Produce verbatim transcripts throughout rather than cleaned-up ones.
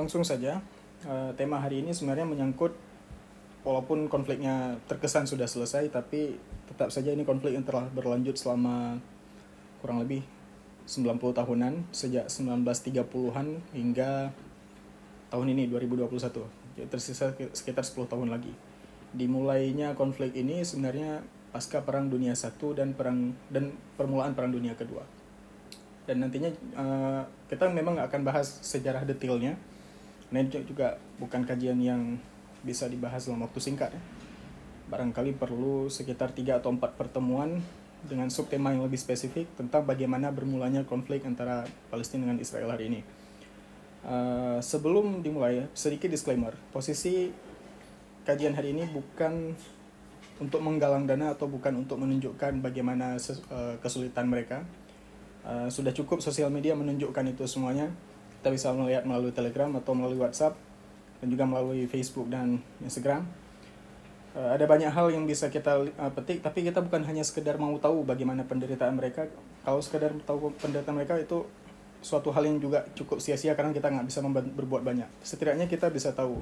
langsung saja. Uh, tema hari ini sebenarnya menyangkut, walaupun konfliknya terkesan sudah selesai, tapi tetap saja ini konflik yang telah berlanjut selama kurang lebih sembilan puluh tahunan, sejak sembilan belas tiga puluhan hingga tahun ini dua ribu dua puluh satu. Jadi tersisa sekitar sepuluh tahun lagi. Dimulainya konflik ini sebenarnya pasca Perang Dunia Satu dan perang dan permulaan Perang Dunia Kedua. Dan nantinya uh, kita memang akan bahas sejarah detailnya. Nah, ini juga bukan kajian yang bisa dibahas dalam waktu singkat ya. Barangkali perlu sekitar tiga atau empat pertemuan dengan subtema yang lebih spesifik tentang bagaimana bermulanya konflik antara Palestina dengan Israel hari ini. Uh, sebelum dimulai, sedikit disclaimer. Posisi kajian hari ini bukan untuk menggalang dana atau bukan untuk menunjukkan bagaimana ses- uh, kesulitan mereka. Uh, sudah cukup sosial media menunjukkan itu semuanya. Kita bisa melihat melalui Telegram atau melalui WhatsApp dan juga melalui Facebook dan Instagram. Uh, ada banyak hal yang bisa kita uh, petik, tapi kita bukan hanya sekedar mau tahu bagaimana penderitaan mereka. Kalau sekedar tahu penderitaan mereka itu suatu hal yang juga cukup sia-sia karena kita nggak bisa membuat, berbuat banyak. Setidaknya kita bisa tahu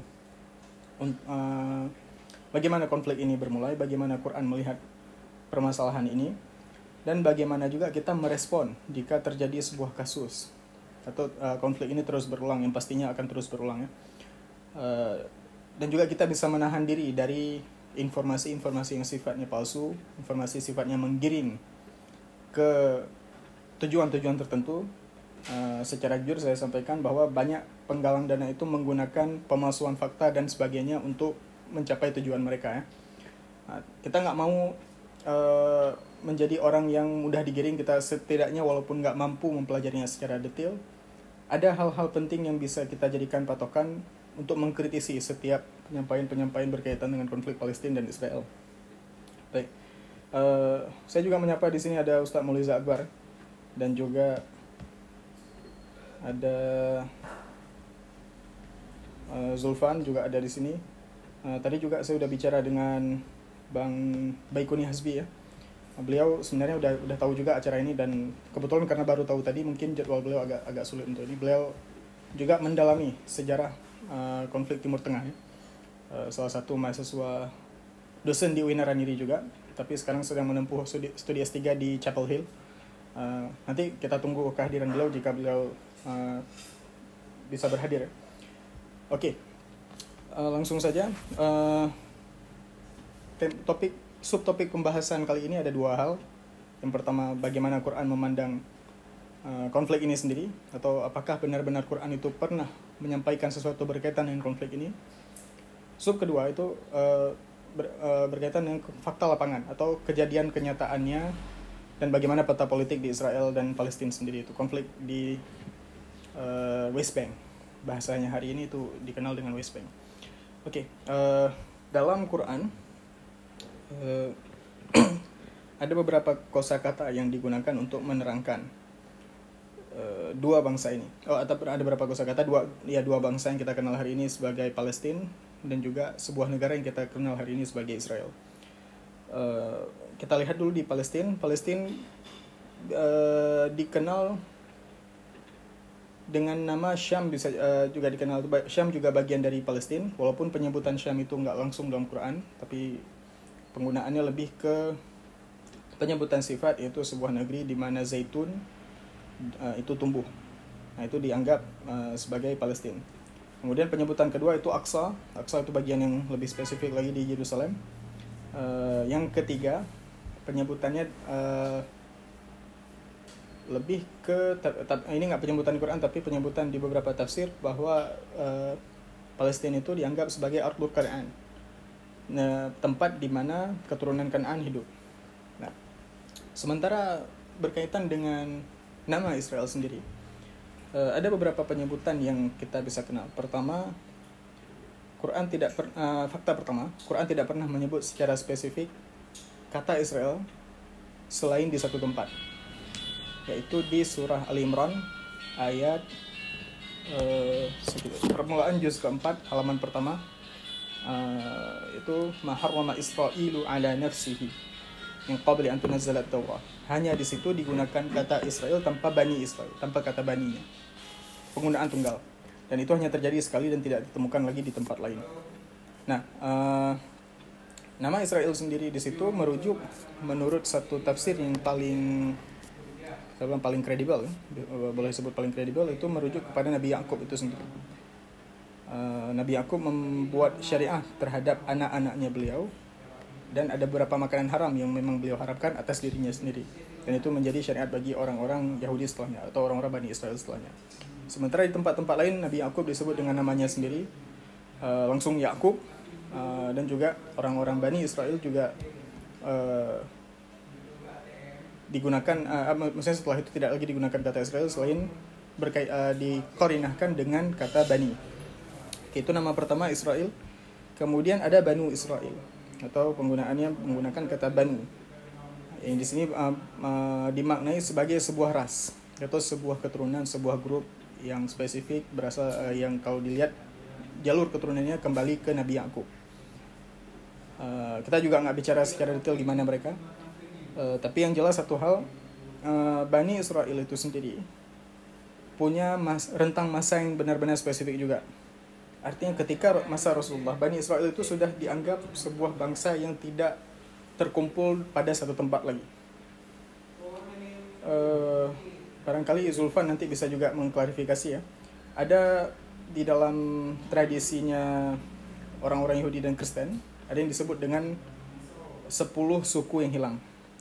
uh, bagaimana konflik ini bermulai, bagaimana Quran melihat permasalahan ini, dan bagaimana juga kita merespon jika terjadi sebuah kasus atau uh, konflik ini terus berulang, yang pastinya akan terus berulang ya. Uh, dan juga kita bisa menahan diri dari informasi-informasi yang sifatnya palsu, informasi sifatnya menggiring ke tujuan-tujuan tertentu. Uh, secara jujur saya sampaikan bahwa banyak penggalang dana itu menggunakan pemalsuan fakta dan sebagainya untuk mencapai tujuan mereka ya. Nah, kita nggak mau uh, menjadi orang yang mudah digiring. Kita setidaknya walaupun nggak mampu mempelajarinya secara detail, ada hal-hal penting yang bisa kita jadikan patokan untuk mengkritisi setiap penyampaian-penyampaian berkaitan dengan konflik Palestina dan Israel. Baik, uh, saya juga menyapa di sini ada Ustaz Mauliza Akbar dan juga ada uh, Zulfan juga ada di sini. Uh, tadi juga saya sudah bicara dengan Bang Baikuni Hasbi ya. Beliau sebenarnya udah udah tahu juga acara ini, dan kebetulan karena baru tahu tadi mungkin jadwal beliau agak agak sulit untuk ini. Beliau juga mendalami sejarah uh, konflik Timur Tengah ya. Uh, salah satu mahasiswa dosen di U I N Raniri juga, tapi sekarang sedang menempuh studi, studi S tiga di Chapel Hill. Uh, nanti kita tunggu kehadiran beliau jika beliau uh, bisa berhadir. Oke, okay. uh, langsung saja. Uh, tem- topik Subtopik pembahasan kali ini ada dua hal. Yang pertama, bagaimana Quran memandang uh, konflik ini sendiri, atau apakah benar-benar Quran itu pernah menyampaikan sesuatu berkaitan dengan konflik ini. Sub kedua itu uh, ber, uh, berkaitan dengan fakta lapangan atau kejadian kenyataannya dan bagaimana peta politik di Israel dan Palestina sendiri itu, konflik di uh, West Bank. Bahasanya hari ini itu dikenal dengan West Bank. Oke, okay. uh, dalam Quran Uh, ada beberapa kosakata yang digunakan untuk menerangkan uh, dua bangsa ini. Oh, atau ada beberapa kosakata dua ya dua bangsa yang kita kenal hari ini sebagai Palestina dan juga sebuah negara yang kita kenal hari ini sebagai Israel. Uh, kita lihat dulu di Palestina. Palestina uh, dikenal dengan nama Syam, bisa uh, juga dikenal Syam juga bagian dari Palestina, walaupun penyebutan Syam itu nggak langsung dalam Quran, tapi penggunaannya lebih ke penyebutan sifat, yaitu sebuah negeri di mana zaitun uh, itu tumbuh. Nah, itu dianggap uh, sebagai Palestina. Kemudian penyebutan kedua itu Aqsa. Aqsa itu bagian yang lebih spesifik lagi di Yerusalem. Uh, yang ketiga penyebutannya uh, lebih ke ini nggak penyebutan Quran tapi penyebutan di beberapa tafsir bahwa uh, Palestina itu dianggap sebagai Ardul Kanaan. Nah, tempat di mana keturunan Kanaan hidup. Nah, sementara berkaitan dengan nama Israel sendiri, uh, ada beberapa penyebutan yang kita bisa kenal. Pertama, Quran tidak per, uh, fakta pertama, Quran tidak pernah menyebut secara spesifik kata Israel selain di satu tempat, yaitu di surah Al-Imran ayat uh, permulaan juz keempat halaman pertama. Uh, itu ma harrama Israilu ala nafsihi min qabli an tunazzala at-Taurah. Hanya di situ digunakan kata Israel tanpa bani Israel, tanpa kata baninya. Penggunaan tunggal. dan itu hanya terjadi sekali dan tidak ditemukan lagi di tempat lain. Nah, uh, nama Israel sendiri di situ merujuk menurut satu tafsir yang paling yang paling kredibel, boleh disebut paling kredibel, itu merujuk kepada Nabi Yakub itu sendiri. Uh, Nabi Yakub membuat syariah terhadap anak-anaknya beliau, dan ada beberapa makanan haram yang memang beliau harapkan atas dirinya sendiri, dan itu menjadi syariat bagi orang-orang Yahudi setelahnya atau orang-orang Bani Israel setelahnya. Sementara di tempat-tempat lain Nabi Yakub disebut dengan namanya sendiri, uh, langsung Yakub, uh, dan juga orang-orang Bani Israel juga uh, digunakan, uh, maksudnya setelah itu tidak lagi digunakan kata Israel selain berkait uh, dikorinahkan dengan kata Bani. Itu nama pertama Israel. Kemudian ada Banu Israel, atau penggunaannya menggunakan kata Banu. Yang di sini uh, uh, dimaknai sebagai sebuah ras atau sebuah keturunan, sebuah grup yang spesifik berasal uh, yang kalau dilihat jalur keturunannya kembali ke Nabi Yakub. Uh, kita juga nggak bicara secara detail gimana mereka, uh, tapi yang jelas satu hal, uh, Bani Israel itu sendiri punya mas, rentang masa yang benar-benar spesifik juga. Artinya ketika masa Rasulullah, Bani Israel itu sudah dianggap sebuah bangsa yang tidak terkumpul pada satu tempat lagi. Uh, barangkali Zulfan nanti bisa juga mengklarifikasi ya. Ada di dalam tradisinya orang-orang Yahudi dan Kristen, ada yang disebut dengan sepuluh suku yang hilang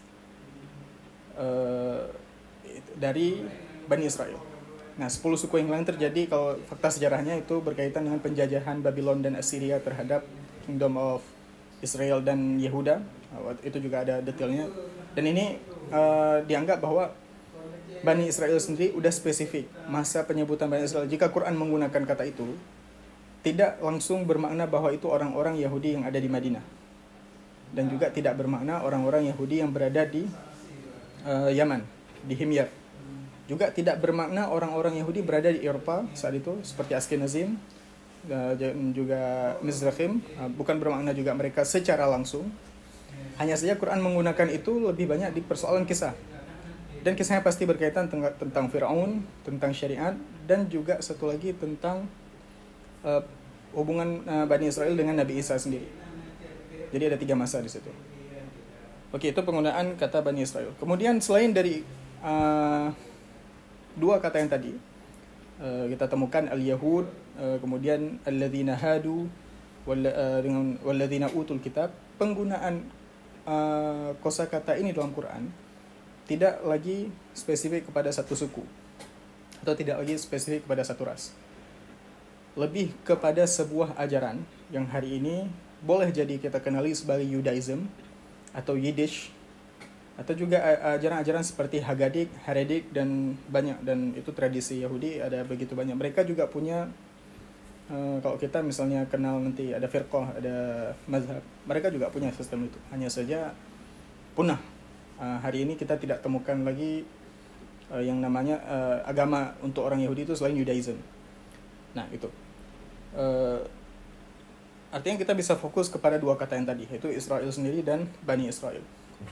uh, dari Bani Israel. Nah, sepuluh suku yang lain terjadi kalau fakta sejarahnya itu berkaitan dengan penjajahan Babylon dan Assyria terhadap Kingdom of Israel dan Yehuda. Itu juga ada detailnya. Dan ini uh, dianggap bahwa Bani Israel sendiri udah spesifik masa penyebutan Bani Israel. Jika Quran menggunakan kata itu, tidak langsung bermakna bahwa itu orang-orang Yahudi yang ada di Madinah. Dan juga tidak bermakna orang-orang Yahudi yang berada di uh, Yaman, di Himyar. Juga tidak bermakna orang-orang Yahudi berada di Eropa saat itu seperti Ashkenazim dan juga Mizrahim. Bukan bermakna juga mereka secara langsung. Hanya saja Quran menggunakan itu lebih banyak di persoalan kisah. Dan kisahnya pasti berkaitan tentang Fir'aun, tentang syariat, dan juga satu lagi tentang uh, hubungan uh, Bani Israel dengan Nabi Isa sendiri. Jadi ada tiga masa di situ. Oke, itu penggunaan kata Bani Israel. Kemudian selain dari uh, dua kata yang tadi, uh, kita temukan al-Yahud, uh, kemudian alladzina hadu, wal, uh, dengan walladzina utul kitab. Penggunaan uh, kosakata ini dalam Quran tidak lagi spesifik kepada satu suku atau tidak lagi spesifik kepada satu ras. Lebih kepada sebuah ajaran yang hari ini boleh jadi kita kenali sebagai Judaism atau Yiddish, atau juga ajaran-ajaran seperti Haggadik, Haredik, dan banyak, dan itu tradisi Yahudi ada begitu banyak. Mereka juga punya uh, kalau kita misalnya kenal nanti ada firqah, ada mazhab, mereka juga punya sistem itu. Hanya saja punah. Uh, hari ini kita tidak temukan lagi uh, yang namanya uh, agama untuk orang Yahudi itu selain Judaism. Nah itu uh, artinya kita bisa fokus kepada dua kata yang tadi, yaitu Israel sendiri dan Bani Israel.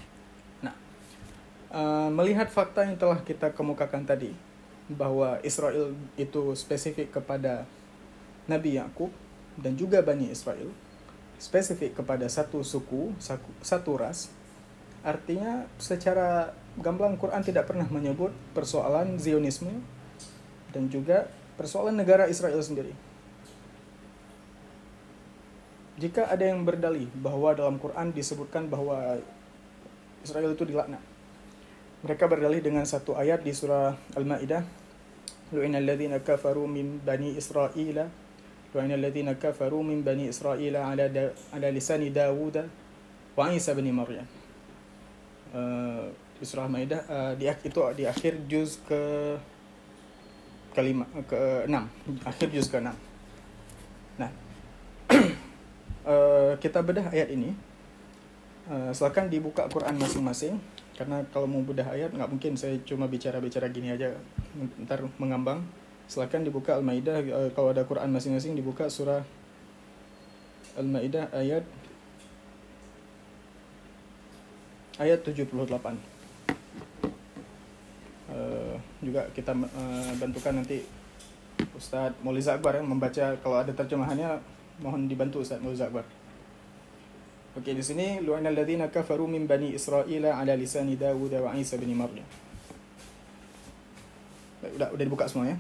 Uh, melihat fakta yang telah kita kemukakan tadi, bahwa Israel itu spesifik kepada Nabi Yakub dan juga Bani Israel, spesifik kepada satu suku, satu ras, artinya secara gamblang Quran tidak pernah menyebut persoalan Zionisme dan juga persoalan negara Israel sendiri. Jika ada yang berdalih bahwa dalam Quran disebutkan bahwa Israel itu dilaknat, mereka berdalih dengan satu ayat di surah Al-Maidah, lu'inal ladzina kafaru min bani Israila lu'inal ladzina kafaru min bani Israila ala da, ala lisani Dawud wa Isa bin Maryam. Uh, di surah Al-Maidah uh, di itu di akhir juz ke kelima ke enam, akhir juz ke enam. Nah, uh, kita bedah ayat ini. Uh, silakan dibuka Quran masing-masing. Karena kalau mau bedah ayat nggak mungkin saya cuma bicara-bicara gini aja, ntar mengambang. Silakan dibuka Al-Maidah, kalau ada Quran masing-masing dibuka surah Al-Maidah ayat ayat tujuh puluh delapan. Uh, juga kita uh, bantukan nanti Ustaz Mauliza Akbar yang membaca, kalau ada terjemahannya mohon dibantu Ustaz Mauliza Akbar. Okey, di sini lu'ina alladziina kafaru min bani Israila ala lisani Dawud wa Isa bin Maryam. Baik, udah udah dibuka semua ya.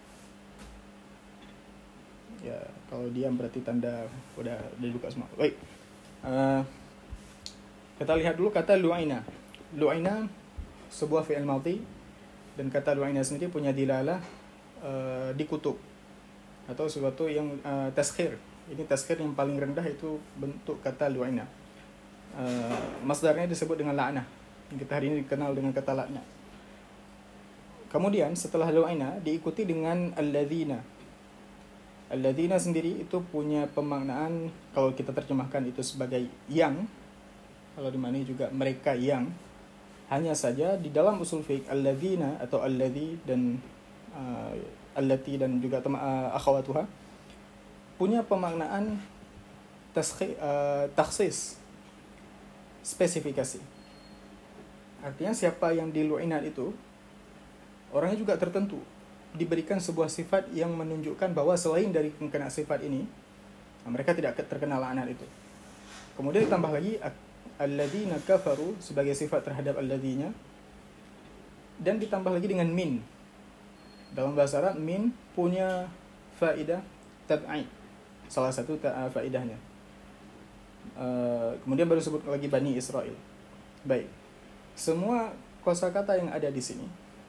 Ya, kalau diam berarti tanda udah udah dibuka semua. Baik. Uh, kita lihat dulu kata lu'ina. Lu'ina sebuah fi'il madhi, dan kata lu'ina sendiri punya dilalah uh, dikutuk atau sesuatu yang uh, taskhir. Ini taskhir yang paling rendah, itu bentuk kata lu'ina. Uh, masdarnya disebut dengan la'nah. Kita hari ini dikenal dengan kata laknat. Kemudian setelah lu'ina diikuti dengan alladzina. Alladzina sendiri itu punya pemaknaan, kalau kita terjemahkan itu sebagai yang, kalau dimaknai juga mereka yang. Hanya saja di dalam usul fiqh alladzina atau alladzi dan uh, allati dan juga uh, akhawatuha punya pemaknaan taskhi, uh, takhsis, spesifikasi. Artinya siapa yang dilu'inat itu orangnya juga tertentu, diberikan sebuah sifat yang menunjukkan bahwa selain dari kena sifat ini, mereka tidak terkena laknat itu. Kemudian ditambah lagi alladzina kafaru sebagai sifat terhadap alladzinya, dan ditambah lagi dengan min. Dalam bahasa Arab min punya faedah tab'id, salah satu ta- faedahnya. Uh, kemudian baru sebut lagi Bani Israel. Baik, semua kosakata yang ada di sini,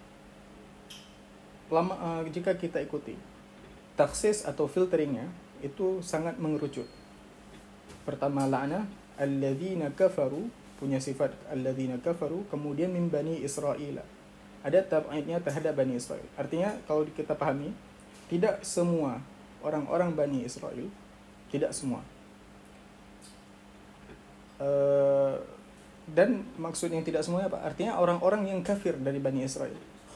lama, uh, jika kita ikuti taksis atau filteringnya, itu sangat mengerucut. Pertama la'na, alladzina kafaru, punya sifat alladzina kafaru, kemudian min Bani Israel, ada tab'idnya terhadap Bani Israel. Artinya kalau kita pahami, tidak semua orang-orang Bani Israel, tidak semua. Uh, dan maksud yang tidak semuanya apa? Artinya orang-orang yang kafir dari Bani Israel.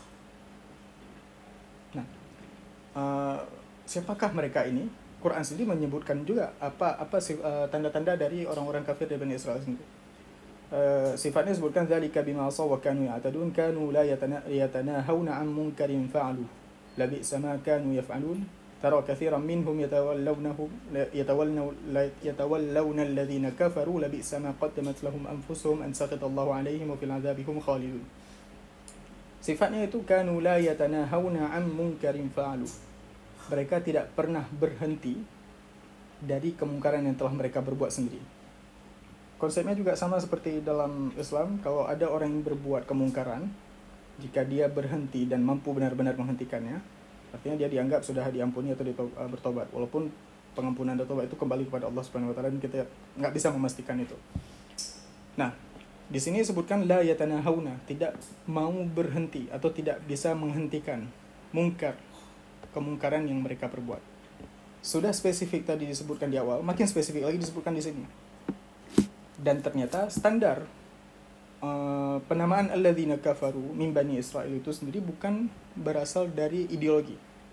Nah, uh, siapakah mereka ini? Quran sendiri menyebutkan juga apa apa uh, tanda-tanda dari orang-orang kafir dari Bani Israel sendiri. Uh, sifatnya disebutkan dzalika bima asaw wa kanu ya'tadun kanu la yatanahawna 'an munkarin fa'alu labi'sa ma kanu yaf'alun ترى كثيرا منهم يتولونه يتولون يتولون الذين كفروا لبئس ما قدمت لهم أنفسهم أن سخط الله عليهم وفي العذاب هم خالدون. Sifatnya itu kanu la yatanahawna 'an munkarin fa'alu. Mereka tidak pernah berhenti dari kemungkaran yang telah mereka berbuat sendiri. Konsepnya juga sama seperti dalam Islam. Kalau ada orang yang berbuat kemungkaran, jika dia berhenti dan mampu benar-benar menghentikannya, artinya dia dianggap sudah diampuni atau bertobat. Walaupun pengampunan dan tobat itu kembali kepada Allah Subhanahu wa taala, dan kita nggak bisa memastikan itu. Nah, di sini disebutkan la yatanahawna, tidak mau berhenti atau tidak bisa menghentikan mungkar, kemungkaran yang mereka perbuat. Sudah spesifik tadi disebutkan di awal, makin spesifik lagi disebutkan di sini. Dan ternyata standar uh, penamaan alladzina kafaru min Bani Israel itu sendiri bukan berasal dari ideologi.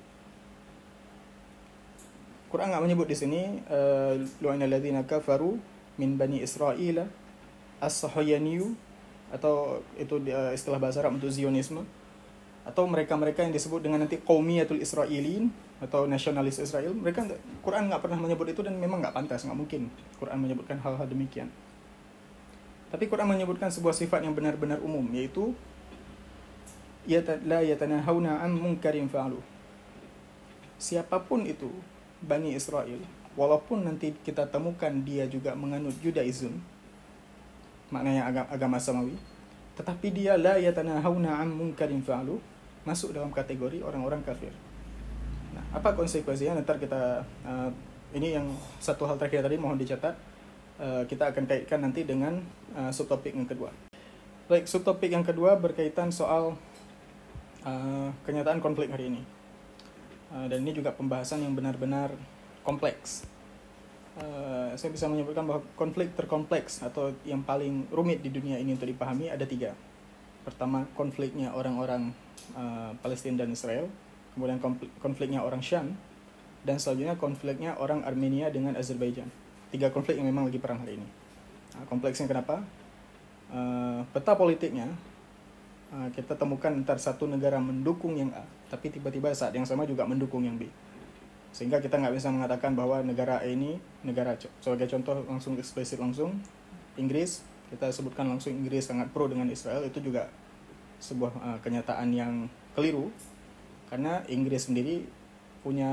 Quran enggak menyebut di sini uh, lu'ina alladzina kafaru min Bani Israel as-sahyaniyu, atau itu uh, istilah bahasa Arab untuk Zionisme, atau mereka-mereka yang disebut dengan nanti qaumiyatul Israilin atau nasionalis Israel. Mereka Quran enggak pernah menyebut itu, dan memang enggak pantas, enggak mungkin Quran menyebutkan hal-hal demikian. Tapi Quran menyebutkan sebuah sifat yang benar-benar umum, yaitu la yatanahawna 'an munkarin fa'alu. Siapapun itu Bani Israel, walaupun nanti kita temukan dia juga menganut Judaism, maknanya agama, agama Samawi, tetapi dia la yatanahawna 'an munkarin fa'alu, masuk dalam kategori orang-orang kafir. Nah, apa konsekuensinya? Nanti kita uh, ini yang satu hal terakhir tadi mohon dicatat. Uh, kita akan kaitkan nanti dengan uh, subtopik yang kedua. Baik, subtopik yang kedua berkaitan soal uh, kenyataan konflik hari ini. Uh, dan ini juga pembahasan yang benar-benar kompleks. Uh, saya bisa menyebutkan bahwa konflik terkompleks atau yang paling rumit di dunia ini untuk dipahami ada tiga. Pertama, konfliknya orang-orang uh, Palestina dan Israel. Kemudian konflik, konfliknya orang Syam. Dan selanjutnya konfliknya orang Armenia dengan Azerbaijan. Tiga konflik yang memang lagi perang hari ini. Nah, kompleksnya kenapa? Uh, peta politiknya uh, kita temukan ntar satu negara mendukung yang A, tapi tiba-tiba saat yang sama juga mendukung yang B. Sehingga kita nggak bisa mengatakan bahwa negara A ini, negara sebagai contoh langsung eksplisit langsung, Inggris, kita sebutkan langsung Inggris sangat pro dengan Israel, itu juga sebuah uh, kenyataan yang keliru. Karena Inggris sendiri punya,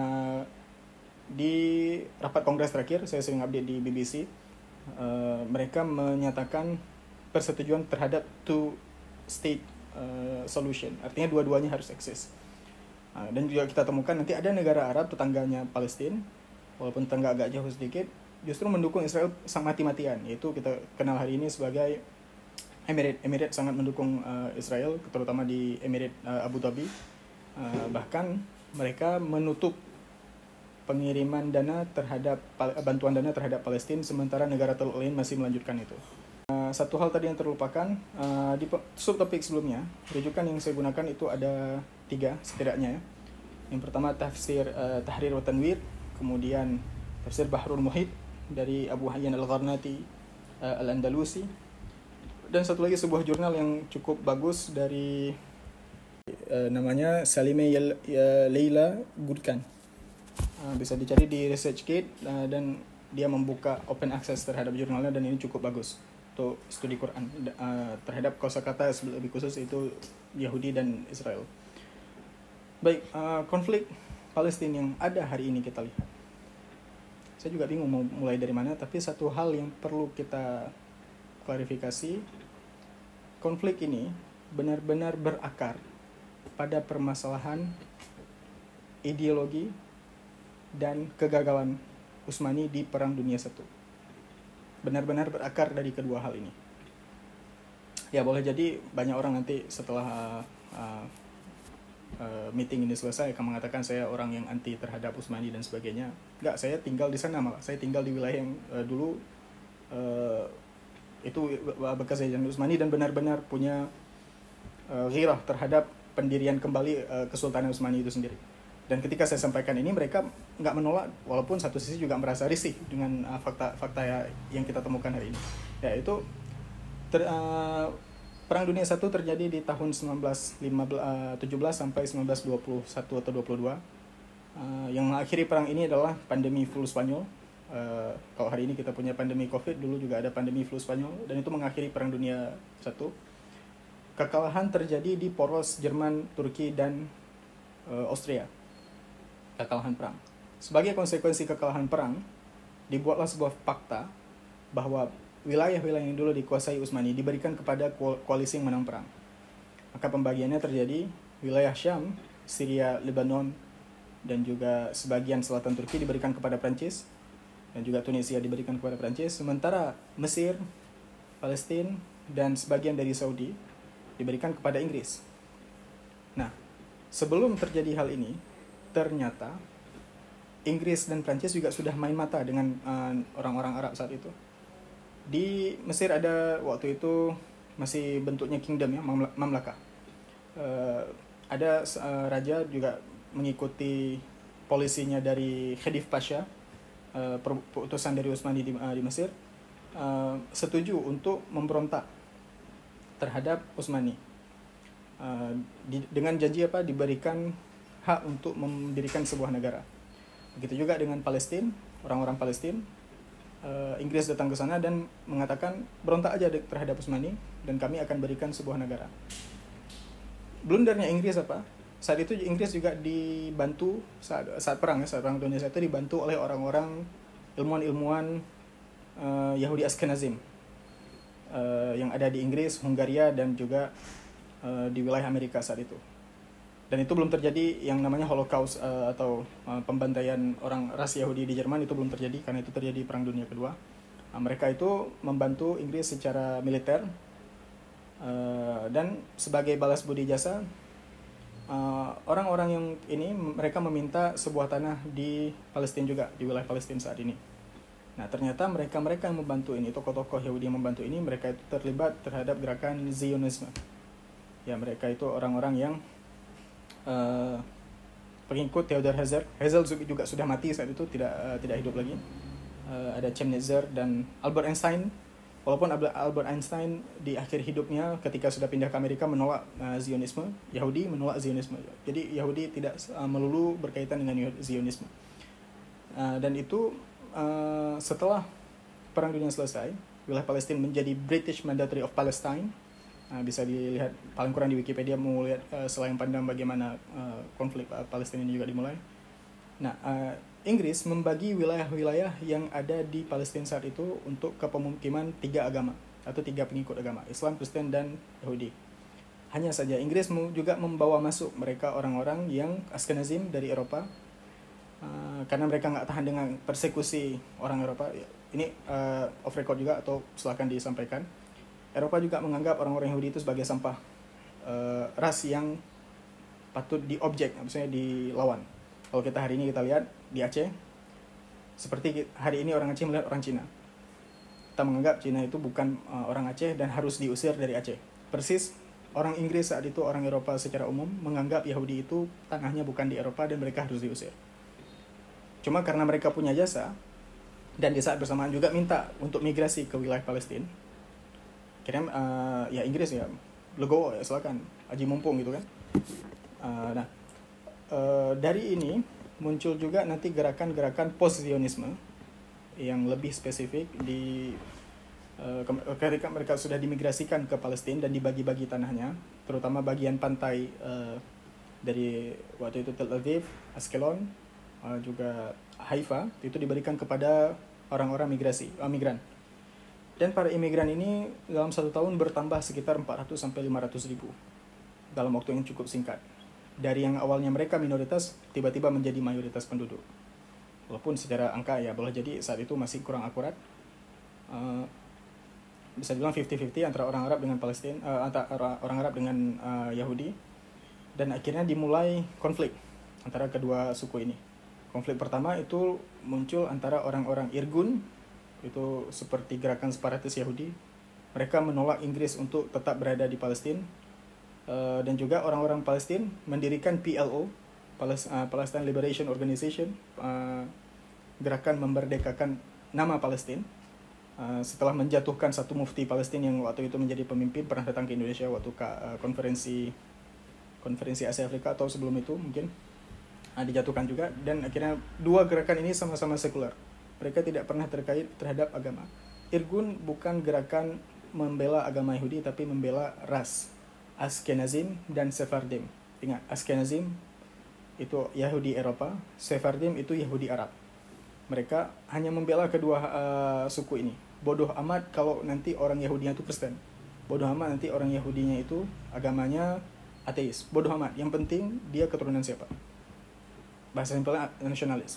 di rapat kongres terakhir, saya sering update di B B C, uh, mereka menyatakan persetujuan terhadap two state uh, solution, artinya dua-duanya harus eksis. Uh, dan juga kita temukan nanti ada negara Arab tetangganya Palestina, walaupun tetangga agak jauh sedikit, justru mendukung Israel mati-matian, yaitu kita kenal hari ini sebagai Emirates. Emirates sangat mendukung uh, Israel, terutama di Emirates uh, Abu Dhabi. Uh, bahkan mereka menutup pengiriman dana terhadap bantuan dana terhadap Palestina, sementara negara teluk lain masih melanjutkan itu. Uh, satu hal tadi yang terlupakan, uh, di subtopik sebelumnya, rujukan yang saya gunakan itu ada tiga setidaknya ya. Yang pertama tafsir uh, Tahrir wa Tanwir, kemudian tafsir Bahrul Muhit dari Abu Hayyan Al-Gharnati uh, Al-Andalusi, dan satu lagi sebuah jurnal yang cukup bagus dari uh, namanya Salime Leila Gurkan. Uh, bisa dicari di ResearchGate, uh, dan dia membuka open access terhadap jurnalnya, dan ini cukup bagus untuk studi Quran uh, terhadap kosakata lebih khusus itu Yahudi dan Israel. Baik, uh, konflik Palestina yang ada hari ini kita lihat. Saya juga bingung mau mulai dari mana, tapi satu hal yang perlu kita klarifikasi, konflik ini benar-benar berakar pada permasalahan ideologi dan kegagalan Utsmani di Perang Dunia Satu. Benar-benar berakar dari kedua hal ini. Ya boleh jadi banyak orang nanti setelah uh, uh, uh, meeting ini selesai akan mengatakan saya orang yang anti terhadap Utsmani dan sebagainya. Enggak, saya tinggal di sana malah. Saya tinggal di wilayah yang uh, dulu uh, itu bekas jajahan Utsmani dan benar-benar punya uh, ghirah terhadap pendirian kembali uh, Kesultanan Utsmani itu sendiri. Dan ketika saya sampaikan ini, mereka nggak menolak, walaupun satu sisi juga merasa risih dengan uh, fakta-fakta yang kita temukan hari ini. Ya, itu ter, uh, Perang Dunia Satu terjadi di tahun sembilan belas tujuh belas sampai sembilan belas dua puluh satu atau dua puluh dua. Uh, yang mengakhiri perang ini adalah pandemi flu Spanyol. Uh, kalau hari ini kita punya pandemi Covid, dulu juga ada pandemi flu Spanyol, dan itu mengakhiri Perang Dunia Satu. Kekalahan terjadi di poros Jerman, Turki, dan uh, Austria. Kekalahan perang. Sebagai konsekuensi kekalahan perang, dibuatlah sebuah fakta bahwa wilayah-wilayah yang dulu dikuasai Utsmani diberikan kepada koalisi yang menang perang. Maka pembagiannya terjadi, wilayah Syam, Syria, Lebanon, dan juga sebagian selatan Turki diberikan kepada Prancis, dan juga Tunisia diberikan kepada Prancis, sementara Mesir, Palestina, dan sebagian dari Saudi diberikan kepada Inggris. Nah, sebelum terjadi hal ini, ternyata Inggris dan Prancis juga sudah main mata dengan uh, orang-orang Arab saat itu. Di Mesir ada waktu itu masih bentuknya kingdom ya, mamlakah. Uh, ada uh, raja juga mengikuti polisinya dari Khedive Pasha, uh, utusan dari Utsmani di, uh, di Mesir, uh, setuju untuk memberontak terhadap Utsmani. Uh, di, dengan janji apa? Diberikan hak untuk mendirikan sebuah negara. Begitu juga dengan Palestina, orang-orang Palestina. Uh, Inggris datang ke sana dan mengatakan berontak aja terhadap Utsmani dan kami akan berikan sebuah negara. Blundernya Inggris apa? Saat itu Inggris juga dibantu saat, saat perang ya, saat perang dunia satu dibantu oleh orang-orang ilmuwan-ilmuwan uh, Yahudi Ashkenazim uh, yang ada di Inggris, Hungaria, dan juga uh, di wilayah Amerika saat itu. Dan itu belum terjadi yang namanya Holocaust uh, atau uh, pembantaian orang ras Yahudi di Jerman, itu belum terjadi karena itu terjadi Perang Dunia Kedua. Uh, mereka itu membantu Inggris secara militer uh, dan sebagai balas budi jasa, uh, orang-orang yang ini mereka meminta sebuah tanah di Palestina juga, di wilayah Palestina saat ini. Nah, ternyata mereka-mereka yang membantu ini, tokoh-tokoh Yahudi yang membantu ini, mereka itu terlibat terhadap gerakan Zionisme. Ya, mereka itu orang-orang yang Uh, pengikut Theodor Herzl. Herzl juga sudah mati saat itu, tidak uh, tidak hidup lagi. Uh, ada Chemnitzer dan Albert Einstein Walaupun Albert Einstein di akhir hidupnya ketika sudah pindah ke Amerika menolak uh, Zionisme, Yahudi menolak Zionisme. Jadi Yahudi tidak uh, melulu berkaitan dengan Zionisme. Uh, dan itu uh, setelah Perang Dunia selesai, wilayah Palestina menjadi British Mandatory of Palestine. Uh, bisa dilihat paling kurang di Wikipedia mau lihat uh, selain pandang bagaimana uh, konflik uh, Palestina ini juga dimulai. Nah, uh, Inggris membagi wilayah-wilayah yang ada di Palestina saat itu untuk kepemungkinan tiga agama atau tiga pengikut agama, Islam, Kristen, dan Yahudi. Hanya saja Inggris juga membawa masuk mereka orang-orang yang Ashkenazim dari Eropa uh, karena mereka nggak tahan dengan persekusi orang Eropa. Ini uh, off record juga atau silakan disampaikan. Eropa juga menganggap orang-orang Yahudi itu sebagai sampah, uh, ras yang patut diobjek, maksudnya dilawan. Kalau kita hari ini kita lihat di Aceh, seperti hari ini orang Aceh melihat orang Cina. Kita menganggap Cina itu bukan uh, orang Aceh dan harus diusir dari Aceh. Persis orang Inggris saat itu, orang Eropa secara umum menganggap Yahudi itu tanahnya bukan di Eropa dan mereka harus diusir. Cuma karena mereka punya jasa dan di saat bersamaan juga minta untuk migrasi ke wilayah Palestina. Kira uh, ya Inggris ya, legowo ya silakan, aji mumpung gitu kan. Uh, nah. Uh, dari ini muncul juga nanti gerakan-gerakan post-Zionisme yang lebih spesifik di uh, ketika mereka sudah dimigrasikan ke Palestina dan dibagi-bagi tanahnya, terutama bagian pantai uh, dari waktu itu Tel Aviv, Askelon, uh, juga Haifa, itu diberikan kepada orang-orang migrasi, uh, migran. Dan para imigran ini dalam satu tahun bertambah sekitar empat ratus sampai lima ratus ribu dalam waktu yang cukup singkat. Dari yang awalnya mereka minoritas, tiba-tiba menjadi mayoritas penduduk. Walaupun secara angka ya boleh jadi saat itu masih kurang akurat. Uh, bisa dibilang lima puluh lima puluh antara orang Arab dengan Palestina, uh, antara orang Arab dengan uh, Yahudi. Dan akhirnya dimulai konflik antara kedua suku ini. Konflik pertama itu muncul antara orang-orang Irgun, itu seperti gerakan separatis Yahudi. Mereka menolak Inggris untuk tetap berada di Palestina. Uh, dan juga orang-orang Palestina mendirikan P L O, Palestine Liberation Organization, uh, gerakan memerdekakan nama Palestina, uh, setelah menjatuhkan satu mufti Palestina yang waktu itu menjadi pemimpin, pernah datang ke Indonesia waktu ke, uh, konferensi konferensi Asia Afrika atau sebelum itu mungkin, uh, dijatuhkan juga. Dan akhirnya dua gerakan ini sama-sama sekuler, mereka tidak pernah terkait terhadap agama. Irgun bukan gerakan membela agama Yahudi tapi membela ras, Ashkenazim dan Sephardim. Ingat, Ashkenazim itu Yahudi Eropa, Sephardim itu Yahudi Arab. Mereka hanya membela kedua uh, suku ini. Bodoh amat kalau nanti orang Yahudinya itu Kristen. Bodoh amat nanti orang Yahudinya itu agamanya ateis. Bodoh amat. Yang penting dia keturunan siapa. Bahasa simpelnya nasionalis.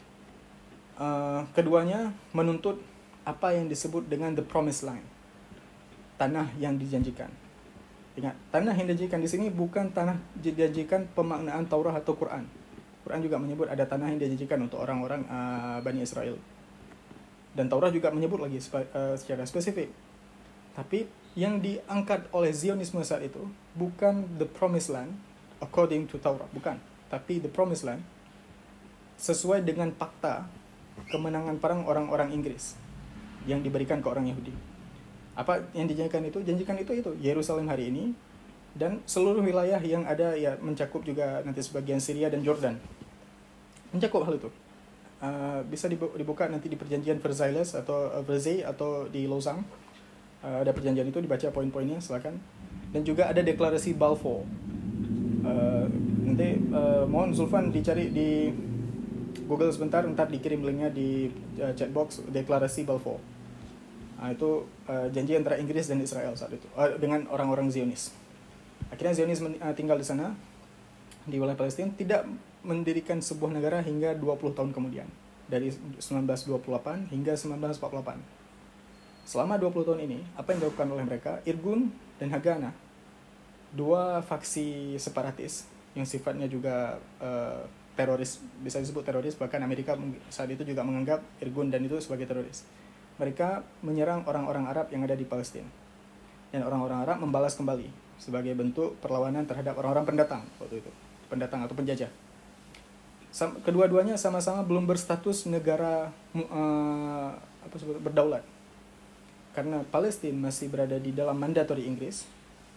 Uh, keduanya menuntut apa yang disebut dengan the promised land, tanah yang dijanjikan. Ingat, tanah yang dijanjikan di sini bukan tanah dijanjikan pemaknaan Taurat atau Quran. Quran juga menyebut ada tanah yang dijanjikan untuk orang-orang uh, Bani Israel. Dan Taurat juga menyebut lagi uh, secara spesifik. Tapi yang diangkat oleh Zionisme saat itu bukan the promised land according to Taurat, bukan. Tapi the promised land sesuai dengan fakta kemenangan perang orang-orang Inggris yang diberikan ke orang Yahudi. Apa yang dijanjikan itu? Janjikan itu itu Yerusalem hari ini dan seluruh wilayah yang ada ya, mencakup juga nanti sebagian Syria dan Jordan. Mencakup hal itu. Uh, bisa dibuka nanti di perjanjian Versailles atau uh, Versailles atau di Lausanne. Uh, ada perjanjian itu, dibaca poin-poinnya silakan. Dan juga ada deklarasi Balfour. Uh, nanti uh, mohon Zulfan dicari di Google sebentar, ntar dikirim linknya di uh, chatbox, deklarasi Balfour. Nah, itu uh, janji antara Inggris dan Israel saat itu uh, dengan orang-orang Zionis. Akhirnya Zionis men- uh, tinggal di sana di wilayah Palestina, tidak mendirikan sebuah negara hingga dua puluh tahun kemudian, dari seribu sembilan ratus dua puluh delapan hingga seribu sembilan ratus empat puluh delapan. Selama dua puluh tahun ini, apa yang dilakukan oleh mereka? Irgun dan Haganah, dua faksi separatis yang sifatnya juga uh, teroris, bisa disebut teroris, bahkan Amerika saat itu juga menganggap Irgun dan itu sebagai teroris. Mereka menyerang orang-orang Arab yang ada di Palestina. Dan orang-orang Arab membalas kembali sebagai bentuk perlawanan terhadap orang-orang pendatang waktu itu, pendatang atau penjajah. Sam- kedua-duanya sama-sama belum berstatus negara uh, apa sebut berdaulat. karena Palestina masih berada di dalam mandatori Inggris,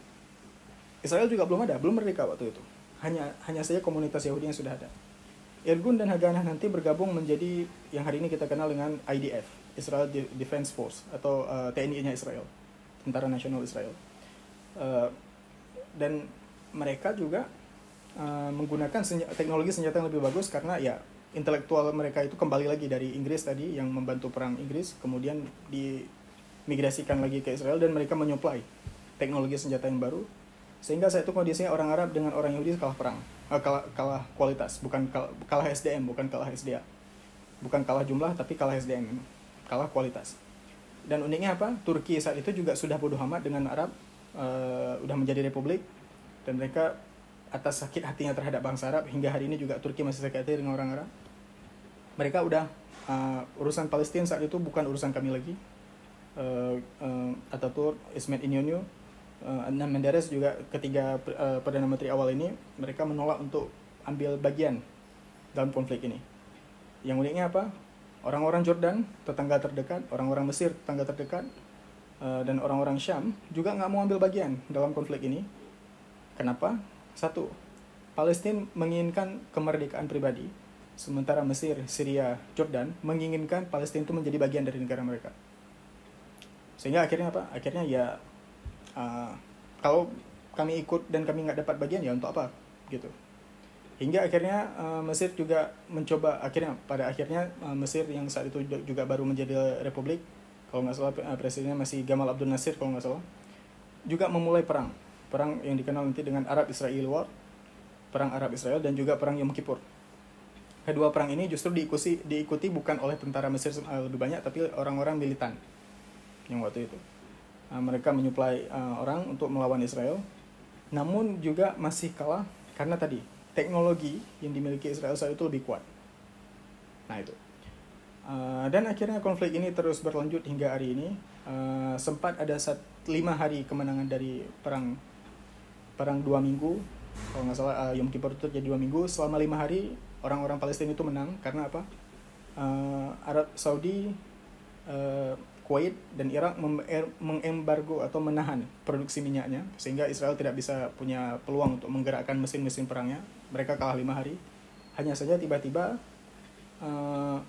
Israel juga belum ada, belum merdeka waktu itu. Hanya hanya saja komunitas Yahudi yang sudah ada. Irgun dan Haganah nanti bergabung menjadi yang hari ini kita kenal dengan I D F, Israel Defense Force, atau uh, T N I-nya Israel, Tentara Nasional Israel. Uh, dan mereka juga uh, menggunakan senja- teknologi senjata yang lebih bagus karena ya intelektual mereka itu kembali lagi dari Inggris tadi yang membantu perang Inggris, kemudian dimigrasikan lagi ke Israel dan mereka menyuplai teknologi senjata yang baru, sehingga saat itu kondisinya orang Arab dengan orang Yahudi kalah perang, uh, kalah, kalah kualitas, bukan kalah, kalah S D M, bukan kalah S D A, bukan kalah jumlah tapi kalah S D M, kalah kualitas. Dan uniknya apa? Turki saat itu juga sudah bodoh amat dengan Arab, uh, udah menjadi republik, dan mereka atas sakit hatinya terhadap bangsa Arab, hingga hari ini juga Turki masih sakit hati dengan orang Arab. Mereka udah uh, urusan Palestina saat itu bukan urusan kami lagi. Uh, uh, Ataturk, Ismet Inonu, uh, Adnan Menderes juga ketiga uh, Perdana Menteri awal ini, mereka menolak untuk ambil bagian dalam konflik ini. Yang uniknya apa? Orang-orang Jordan, tetangga terdekat, orang-orang Mesir, tetangga terdekat, uh, dan orang-orang Syam juga nggak mau ambil bagian dalam konflik ini. Kenapa? Satu, Palestina menginginkan kemerdekaan pribadi, sementara Mesir, Syria, Jordan menginginkan Palestina itu menjadi bagian dari negara mereka. Sehingga akhirnya apa? Akhirnya ya uh, kalau kami ikut dan kami nggak dapat bagian, ya untuk apa? Gitu. Hingga akhirnya uh, Mesir juga mencoba, akhirnya pada akhirnya uh, Mesir yang saat itu juga baru menjadi republik, kalau nggak salah uh, presidennya masih Gamal Abdel Nasir kalau nggak salah, juga memulai perang. Perang yang dikenal nanti dengan Arab-Israel War, perang Arab-Israel, dan juga perang Yom Kippur. Kedua perang ini justru diikuti, diikuti bukan oleh tentara Mesir lebih banyak, tapi orang-orang militan yang waktu itu. Uh, mereka menyuplai uh, orang untuk melawan Israel, namun juga masih kalah karena tadi, teknologi yang dimiliki Israel saat itu lebih kuat. Nah itu. Uh, dan akhirnya konflik ini terus berlanjut hingga hari ini. Uh, sempat ada saat, lima hari kemenangan dari perang perang dua minggu, kalau nggak salah uh, Yom Kippur itu jadi dua minggu. Selama lima hari orang-orang Palestina itu menang karena apa? Uh, Arab Saudi, uh, Kuwait dan Irak mengembargo atau menahan produksi minyaknya, sehingga Israel tidak bisa punya peluang untuk menggerakkan mesin-mesin perangnya. Mereka kalah lima hari. Hanya saja tiba-tiba uh,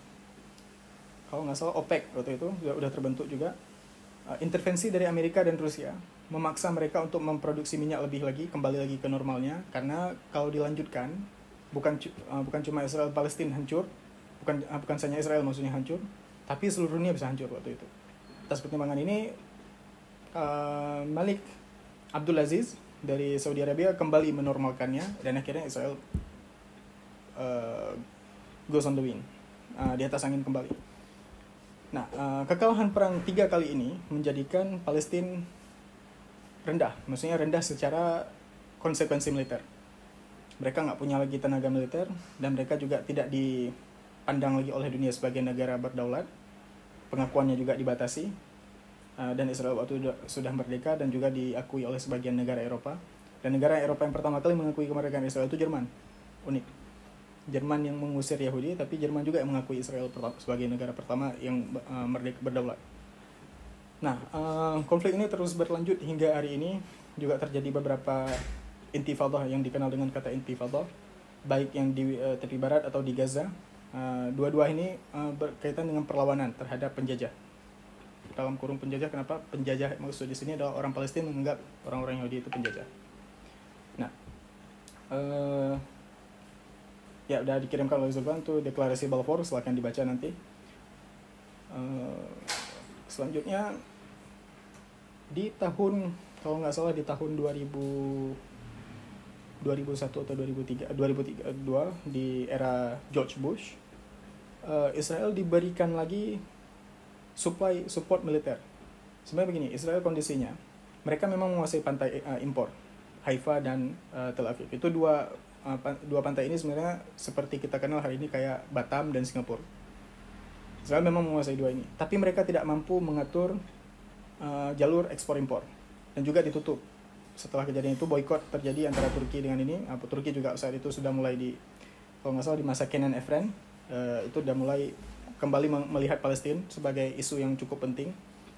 kalau nggak salah OPEC waktu itu sudah, sudah terbentuk juga. Uh, intervensi dari Amerika dan Rusia memaksa mereka untuk memproduksi minyak lebih lagi, kembali lagi ke normalnya, karena kalau dilanjutkan bukan uh, bukan cuma Israel Palestina hancur, bukan uh, bukan saja Israel maksudnya hancur, tapi seluruh dunia bisa hancur waktu itu. Atas pertimbangan ini uh, Malik Abdul Aziz dari Saudi Arabia kembali menormalkannya, dan akhirnya Israel uh, goes on the wind, uh, di atas angin kembali. Nah, uh, kekalahan perang tiga kali ini menjadikan Palestina rendah, maksudnya rendah secara konsekuensi militer. Mereka nggak punya lagi tenaga militer, dan mereka juga tidak dipandang lagi oleh dunia sebagai negara berdaulat. Pengakuannya juga dibatasi, uh, dan Israel waktu itu sudah merdeka dan juga diakui oleh sebagian negara Eropa. Dan negara Eropa yang pertama kali mengakui kemerdekaan Israel itu Jerman. Unik. Jerman yang mengusir Yahudi, tapi Jerman juga yang mengakui Israel sebagai negara pertama yang uh, merdeka berdaulat. Nah, uh, konflik ini terus berlanjut hingga hari ini. Juga terjadi beberapa intifadah yang dikenal dengan kata intifadah, baik yang di uh, tepi barat atau di Gaza. Uh, dua-dua ini uh, berkaitan dengan perlawanan terhadap penjajah. Dalam kurung penjajah, kenapa? Penjajah maksud di sini adalah orang Palestina menganggap orang-orang Yahudi itu penjajah. Nah, uh, ya udah dikirimkan oleh Zulfan tuh deklarasi Balfour, silakan dibaca nanti. Uh, selanjutnya di tahun, kalau nggak salah di tahun dua ribu dua ribu satu atau dua ribu tiga, dua ribu dua di era George Bush, uh, Israel diberikan lagi supply support militer. Sebenarnya begini, Israel kondisinya, mereka memang menguasai pantai uh, impor, Haifa dan uh, Tel Aviv. Itu dua uh, dua pantai ini sebenarnya seperti kita kenal hari ini kayak Batam dan Singapura. Israel memang menguasai dua ini, tapi mereka tidak mampu mengatur uh, jalur ekspor impor, dan juga ditutup. Setelah kejadian itu boykot terjadi antara Turki dengan ini. Uh, Turki juga saat itu sudah mulai di, kalau nggak salah di masa Kenan Evren, uh, itu sudah mulai kembali melihat Palestina sebagai isu yang cukup penting.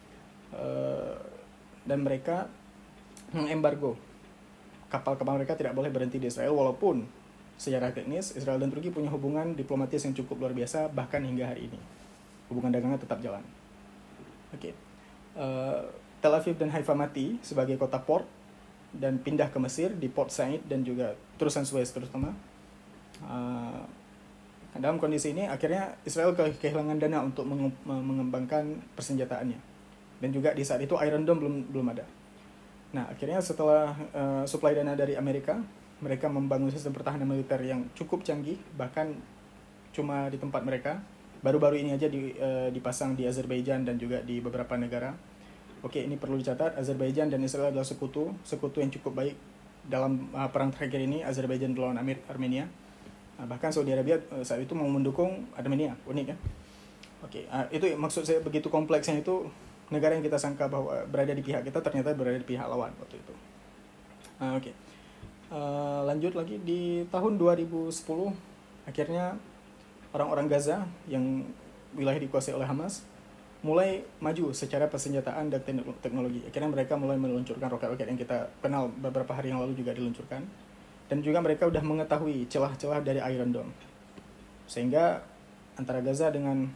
uh, dan mereka mengembargo kapal-kapal mereka tidak boleh berhenti di Israel, walaupun secara teknis Israel dan Turki punya hubungan diplomatis yang cukup luar biasa, bahkan hingga hari ini hubungan dagangnya tetap jalan. Oke, okay. uh, Tel Aviv dan Haifa mati sebagai kota port dan pindah ke Mesir di Port Said dan juga terusan Suez terutama. Uh, dalam kondisi ini akhirnya Israel kehilangan dana untuk mengembangkan persenjataannya, dan juga di saat itu Iron Dome belum belum ada. Nah, akhirnya setelah uh, suplai dana dari Amerika, mereka membangun sistem pertahanan militer yang cukup canggih, bahkan cuma di tempat mereka. Baru-baru ini aja di, uh, dipasang di Azerbaijan dan juga di beberapa negara. Oke, ini perlu dicatat, Azerbaijan dan Israel adalah sekutu, sekutu yang cukup baik dalam uh, perang terakhir ini, Azerbaijan melawan Armenia. Uh, bahkan Saudi Arabia uh, saat itu mau mendukung Armenia, unik ya. Oke, uh, itu maksud saya, begitu kompleksnya itu, negara yang kita sangka bahwa berada di pihak kita ternyata berada di pihak lawan waktu itu. Uh, Oke, okay. uh, lanjut lagi di tahun dua ribu sepuluh, akhirnya orang-orang Gaza yang wilayah dikuasai oleh Hamas mulai maju secara persenjataan dan teknologi. Akhirnya mereka mulai meluncurkan roket-roket yang kita kenal beberapa hari yang lalu juga diluncurkan, dan juga mereka sudah mengetahui celah-celah dari Iron Dome, sehingga antara Gaza dengan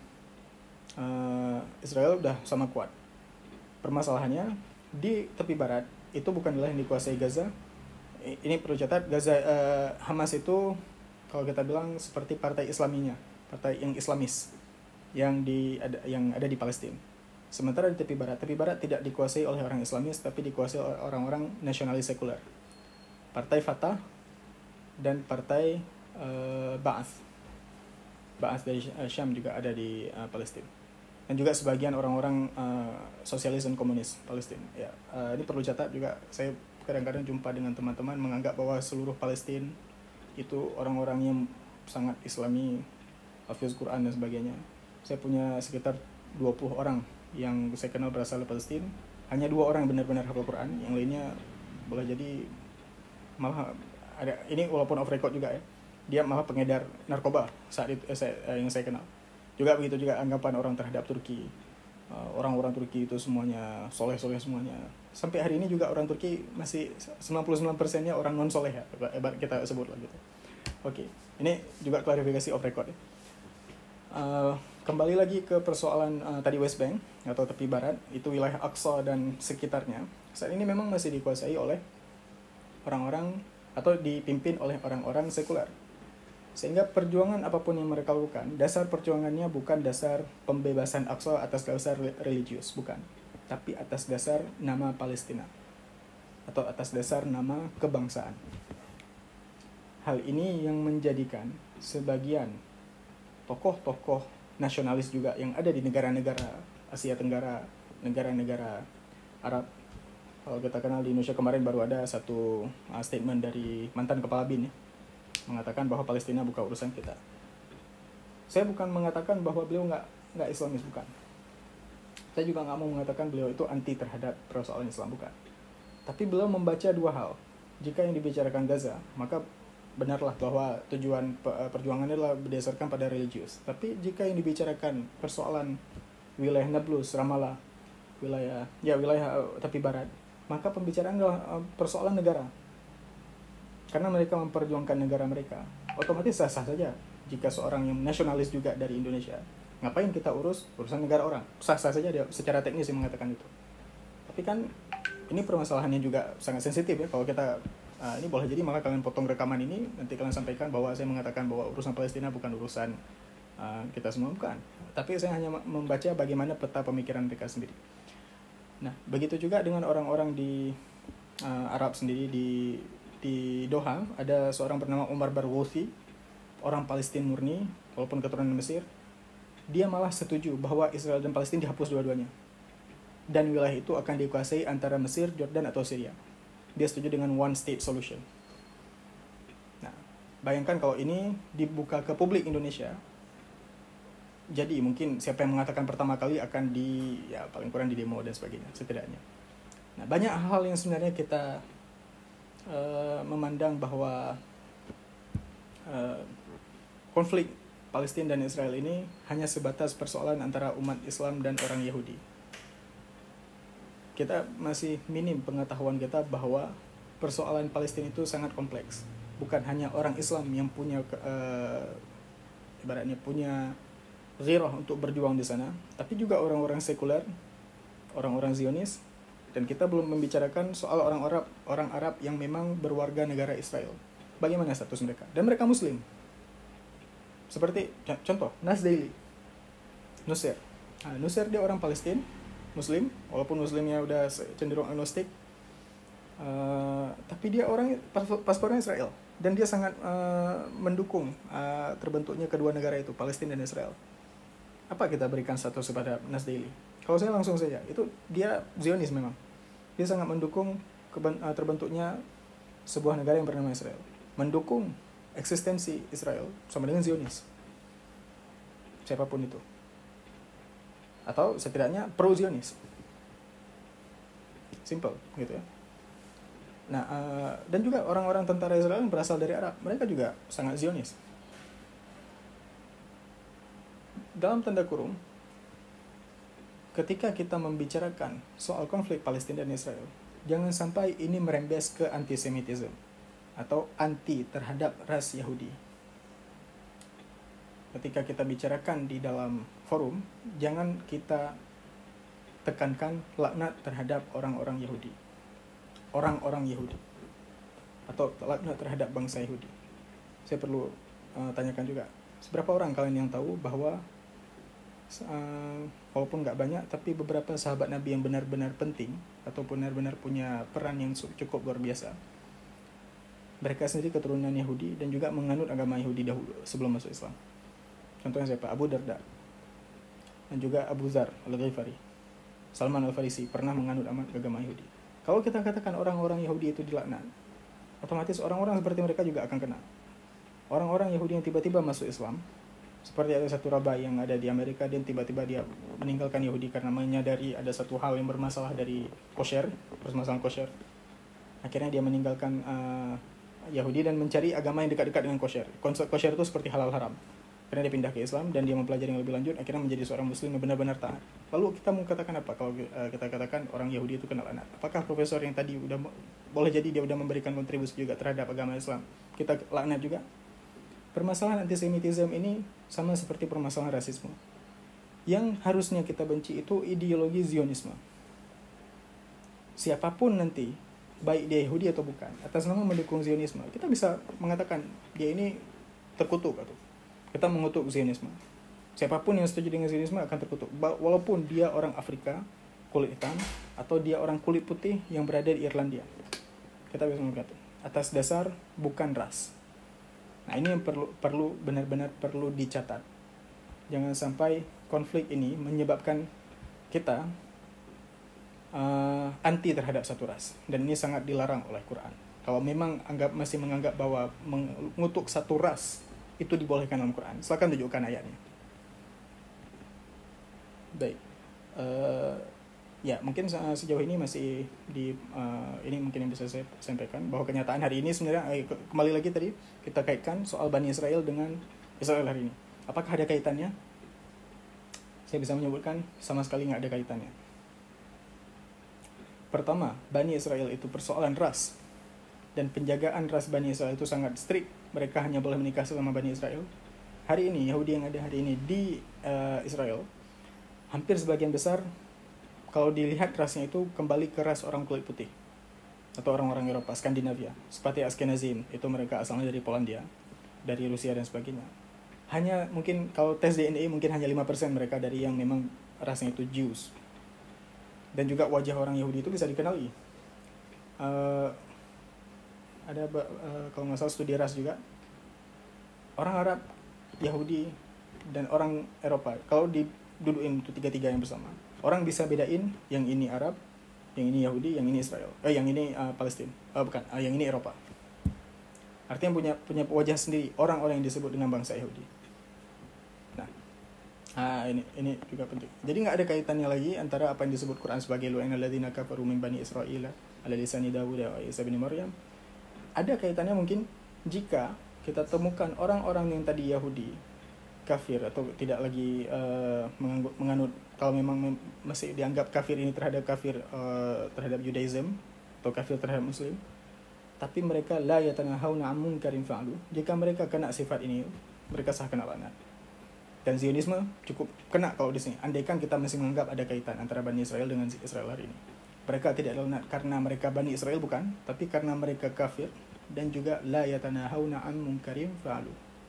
uh, Israel udah sama kuat. Permasalahannya di tepi barat itu bukan wilayah yang dikuasai Gaza. Ini perlu catat, Gaza uh, Hamas itu kalau kita bilang seperti partai Islaminya, partai yang Islamis yang di ada, yang ada di Palestina. Sementara di tepi barat, tepi barat tidak dikuasai oleh orang Islamis, tapi dikuasai oleh orang-orang nasionalis sekuler. Partai Fatah dan partai uh, Ba'ath. Ba'ath dari uh, Syam juga ada di uh, Palestina. Dan juga sebagian orang-orang uh, sosialis dan komunis Palestina. Ya, uh, ini perlu catat juga. Saya kadang-kadang jumpa dengan teman-teman menganggap bahwa seluruh Palestina itu orang-orang yang sangat Islami, hafiz Quran dan sebagainya. Saya punya sekitar dua puluh orang yang saya kenal berasal dari Palestina. Hanya dua orang yang benar-benar hafal Quran, yang lainnya boleh jadi malah ada, ini walaupun off record juga ya, dia malah pengedar narkoba saat itu eh, saya, eh, yang saya kenal. Juga begitu juga anggapan orang terhadap Turki. Uh, orang-orang Turki itu semuanya soleh-soleh semuanya. Sampai hari ini juga orang Turki masih sembilan puluh sembilan persen-nya orang non-soleh ya, kita sebut lah gitu. Oke, ini juga klarifikasi off record ya. Uh, kembali lagi ke persoalan uh, tadi West Bank atau tepi barat, itu wilayah Aqsa dan sekitarnya. Saat ini memang masih dikuasai oleh orang-orang atau dipimpin oleh orang-orang sekuler. Sehingga perjuangan apapun yang mereka lakukan, dasar perjuangannya bukan dasar pembebasan Aqsa atas dasar religius, bukan. Tapi atas dasar nama Palestina. Atau atas dasar nama kebangsaan. Hal ini yang menjadikan sebagian tokoh-tokoh nasionalis juga yang ada di negara-negara Asia Tenggara, negara-negara Arab. Kalau kita kenal di Indonesia kemarin baru ada satu uh, statement dari mantan kepala B I N ya, mengatakan bahwa Palestina bukan urusan kita. Saya bukan mengatakan bahwa beliau nggak nggak Islamis, bukan. Saya juga nggak mau mengatakan beliau itu anti terhadap persoalan Islam, bukan. Tapi beliau membaca dua hal. Jika yang dibicarakan Gaza, maka benarlah bahwa tujuan perjuangannya adalah berdasarkan pada religius. Tapi jika yang dibicarakan persoalan wilayah Nablus, Ramallah, wilayah ya wilayah tepi barat, maka pembicaraan adalah persoalan negara. Karena mereka memperjuangkan negara mereka, otomatis sah-sah saja jika seorang yang nasionalis juga dari Indonesia, ngapain kita urus urusan negara orang, sah-sah saja dia secara teknis yang mengatakan itu. Tapi kan ini permasalahannya juga sangat sensitif ya. Kalau kita uh, ini boleh jadi malah kalian potong rekaman ini, nanti kalian sampaikan bahwa saya mengatakan bahwa urusan Palestina bukan urusan uh, kita semua, bukan. Tapi saya hanya membaca bagaimana peta pemikiran mereka sendiri. Nah, begitu juga dengan orang-orang di uh, Arab sendiri. Di Di Doha ada seorang bernama Omar Barghouthi, orang Palestina murni, walaupun keturunan Mesir. Dia malah setuju bahwa Israel dan Palestina dihapus dua-duanya, dan wilayah itu akan dikuasai antara Mesir, Jordan atau Syria. Dia setuju dengan one state solution. Nah, bayangkan kalau ini dibuka ke publik Indonesia, jadi mungkin siapa yang mengatakan pertama kali akan di ya paling kurang di demo dan sebagainya setidaknya. Nah, banyak hal yang sebenarnya kita Uh, memandang bahwa uh, konflik Palestina dan Israel ini hanya sebatas persoalan antara umat Islam dan orang Yahudi. kita masih minim pengetahuan kita bahwa persoalan Palestina itu sangat kompleks. Bukan hanya orang Islam yang punya uh, ibaratnya punya ghirah untuk berjuang di sana, tapi juga orang-orang sekuler, orang-orang Zionis, dan kita belum membicarakan soal orang Arab, orang Arab yang memang berwarga negara Israel. Bagaimana status mereka? Dan mereka Muslim. Seperti contoh Nas Daily, Nusir. Nah, Nusir dia orang Palestina, Muslim, walaupun Muslimnya udah cenderung agnostik, uh, tapi dia orang paspornya Israel, dan dia sangat uh, mendukung uh, terbentuknya kedua negara itu, Palestina dan Israel. Apa kita berikan status kepada Nas Daily? Kalau saya langsung saja, itu dia Zionis memang. Dia sangat mendukung keben- uh, terbentuknya sebuah negara yang bernama Israel. Mendukung eksistensi Israel sama dengan Zionis. Siapapun itu. Atau setidaknya pro-Zionis. Simple gitu ya. Nah, uh, dan juga orang-orang tentara Israel yang berasal dari Arab, mereka juga sangat Zionis. Dalam tanda kurung, ketika kita membicarakan soal konflik Palestina dan Israel, jangan sampai ini merembes ke antisemitisme atau anti terhadap ras Yahudi. Ketika kita bicarakan di dalam forum, jangan kita tekankan laknat terhadap orang-orang Yahudi, orang-orang Yahudi, atau laknat terhadap bangsa Yahudi. Saya perlu uh, tanyakan juga, seberapa orang kalian yang tahu bahwa uh, walaupun nggak banyak, tapi beberapa sahabat Nabi yang benar-benar penting ataupun benar-benar punya peran yang cukup luar biasa, mereka sendiri keturunan Yahudi dan juga menganut agama Yahudi dahulu sebelum masuk Islam. Contohnya siapa? Abu Darda dan juga Abu Dzar Al-Ghifari, Salman Al-Farisi pernah menganut agama Yahudi. Kalau kita katakan orang-orang Yahudi itu dilaknat, otomatis orang-orang seperti mereka juga akan kena. Orang-orang Yahudi yang tiba-tiba masuk Islam, seperti ada satu rabai yang ada di Amerika, dan tiba-tiba dia meninggalkan Yahudi karena menyadari ada satu hal yang bermasalah dari kosher, permasalahan kosher. Akhirnya dia meninggalkan uh, Yahudi dan mencari agama yang dekat-dekat dengan kosher. Konsep kosher itu seperti halal haram. Karena dia pindah ke Islam dan dia mempelajari yang lebih lanjut, akhirnya menjadi seorang Muslim yang benar-benar taat. Lalu kita mau katakan apa kalau uh, kita katakan orang Yahudi itu kena laknat? Apakah profesor yang tadi udah boleh jadi dia udah memberikan kontribusi juga terhadap agama Islam, kita laknat juga? Permasalahan antisemitisme ini sama seperti permasalahan rasisme. Yang harusnya kita benci itu ideologi Zionisme. Siapapun nanti, baik dia Yahudi atau bukan, atas nama mendukung Zionisme, kita bisa mengatakan dia ini terkutuk atau kita mengutuk Zionisme. Siapapun yang setuju dengan Zionisme akan terkutuk, walaupun dia orang Afrika kulit hitam atau dia orang kulit putih yang berada di Irlandia. Kita bisa mengatakan atas dasar bukan ras. Nah, ini yang perlu perlu benar-benar perlu dicatat. Jangan sampai konflik ini menyebabkan kita uh, anti terhadap satu ras, dan ini sangat dilarang oleh Quran. Kalau memang anggap masih menganggap bahwa mengutuk satu ras itu dibolehkan dalam Quran, silakan tunjukkan ayatnya. Baik, uh, ya mungkin sejauh ini masih di uh, ini mungkin yang bisa saya sampaikan, bahwa kenyataan hari ini sebenarnya eh, kembali lagi tadi kita kaitkan soal Bani Israel dengan Israel hari ini. Apakah ada kaitannya? Saya bisa menyebutkan sama sekali nggak ada kaitannya. Pertama, Bani Israel itu persoalan ras, dan penjagaan ras Bani Israel itu sangat strict. Mereka hanya boleh menikah sama Bani Israel. Hari ini, Yahudi yang ada hari ini di uh, Israel, hampir sebagian besar, kalau dilihat rasnya itu kembali ke ras orang kulit putih, atau orang-orang Eropa, Skandinavia. Seperti Ashkenazim, itu mereka asalnya dari Polandia, dari Rusia dan sebagainya. Hanya mungkin, kalau tes D N A mungkin hanya lima persen mereka dari yang memang rasnya itu Jews. Dan juga wajah orang Yahudi itu bisa dikenali. Uh, ada uh, kalau nggak salah studi ras juga, orang Arab, Yahudi, dan orang Eropa kalau didudukin itu tiga-tiga yang bersama, orang bisa bedain yang ini Arab, yang ini Yahudi, yang ini Israel, eh yang ini uh, Palestina, uh, bukan, uh, yang ini Eropa. Artinya punya punya wajah sendiri orang-orang yang disebut dengan bangsa Yahudi. Nah, ah, ini ini juga penting. Jadi nggak ada kaitannya lagi antara apa yang disebut Quran sebagai lu'inal ladzina kafaru min bani Israila ala lisani Dawud wa Isa bin Maryam. Ada kaitannya mungkin jika kita temukan orang-orang yang tadi Yahudi kafir atau tidak lagi uh, menganut, menganut kalau memang mem- masih dianggap kafir ini terhadap kafir uh, terhadap Judaism atau kafir terhadap Muslim, tapi mereka la yatanahawna 'an munkarin fa'alu. Jika mereka kena sifat ini, mereka sah kena laknat. Dan Zionisme cukup kena kalau di sini. Andaikan kita masih menganggap ada kaitan antara Bani Israel dengan Israel hari ini. Mereka tidak laknat karena mereka Bani Israel bukan, tapi karena mereka kafir dan juga la yatanahawna 'an munkarin fa'alu.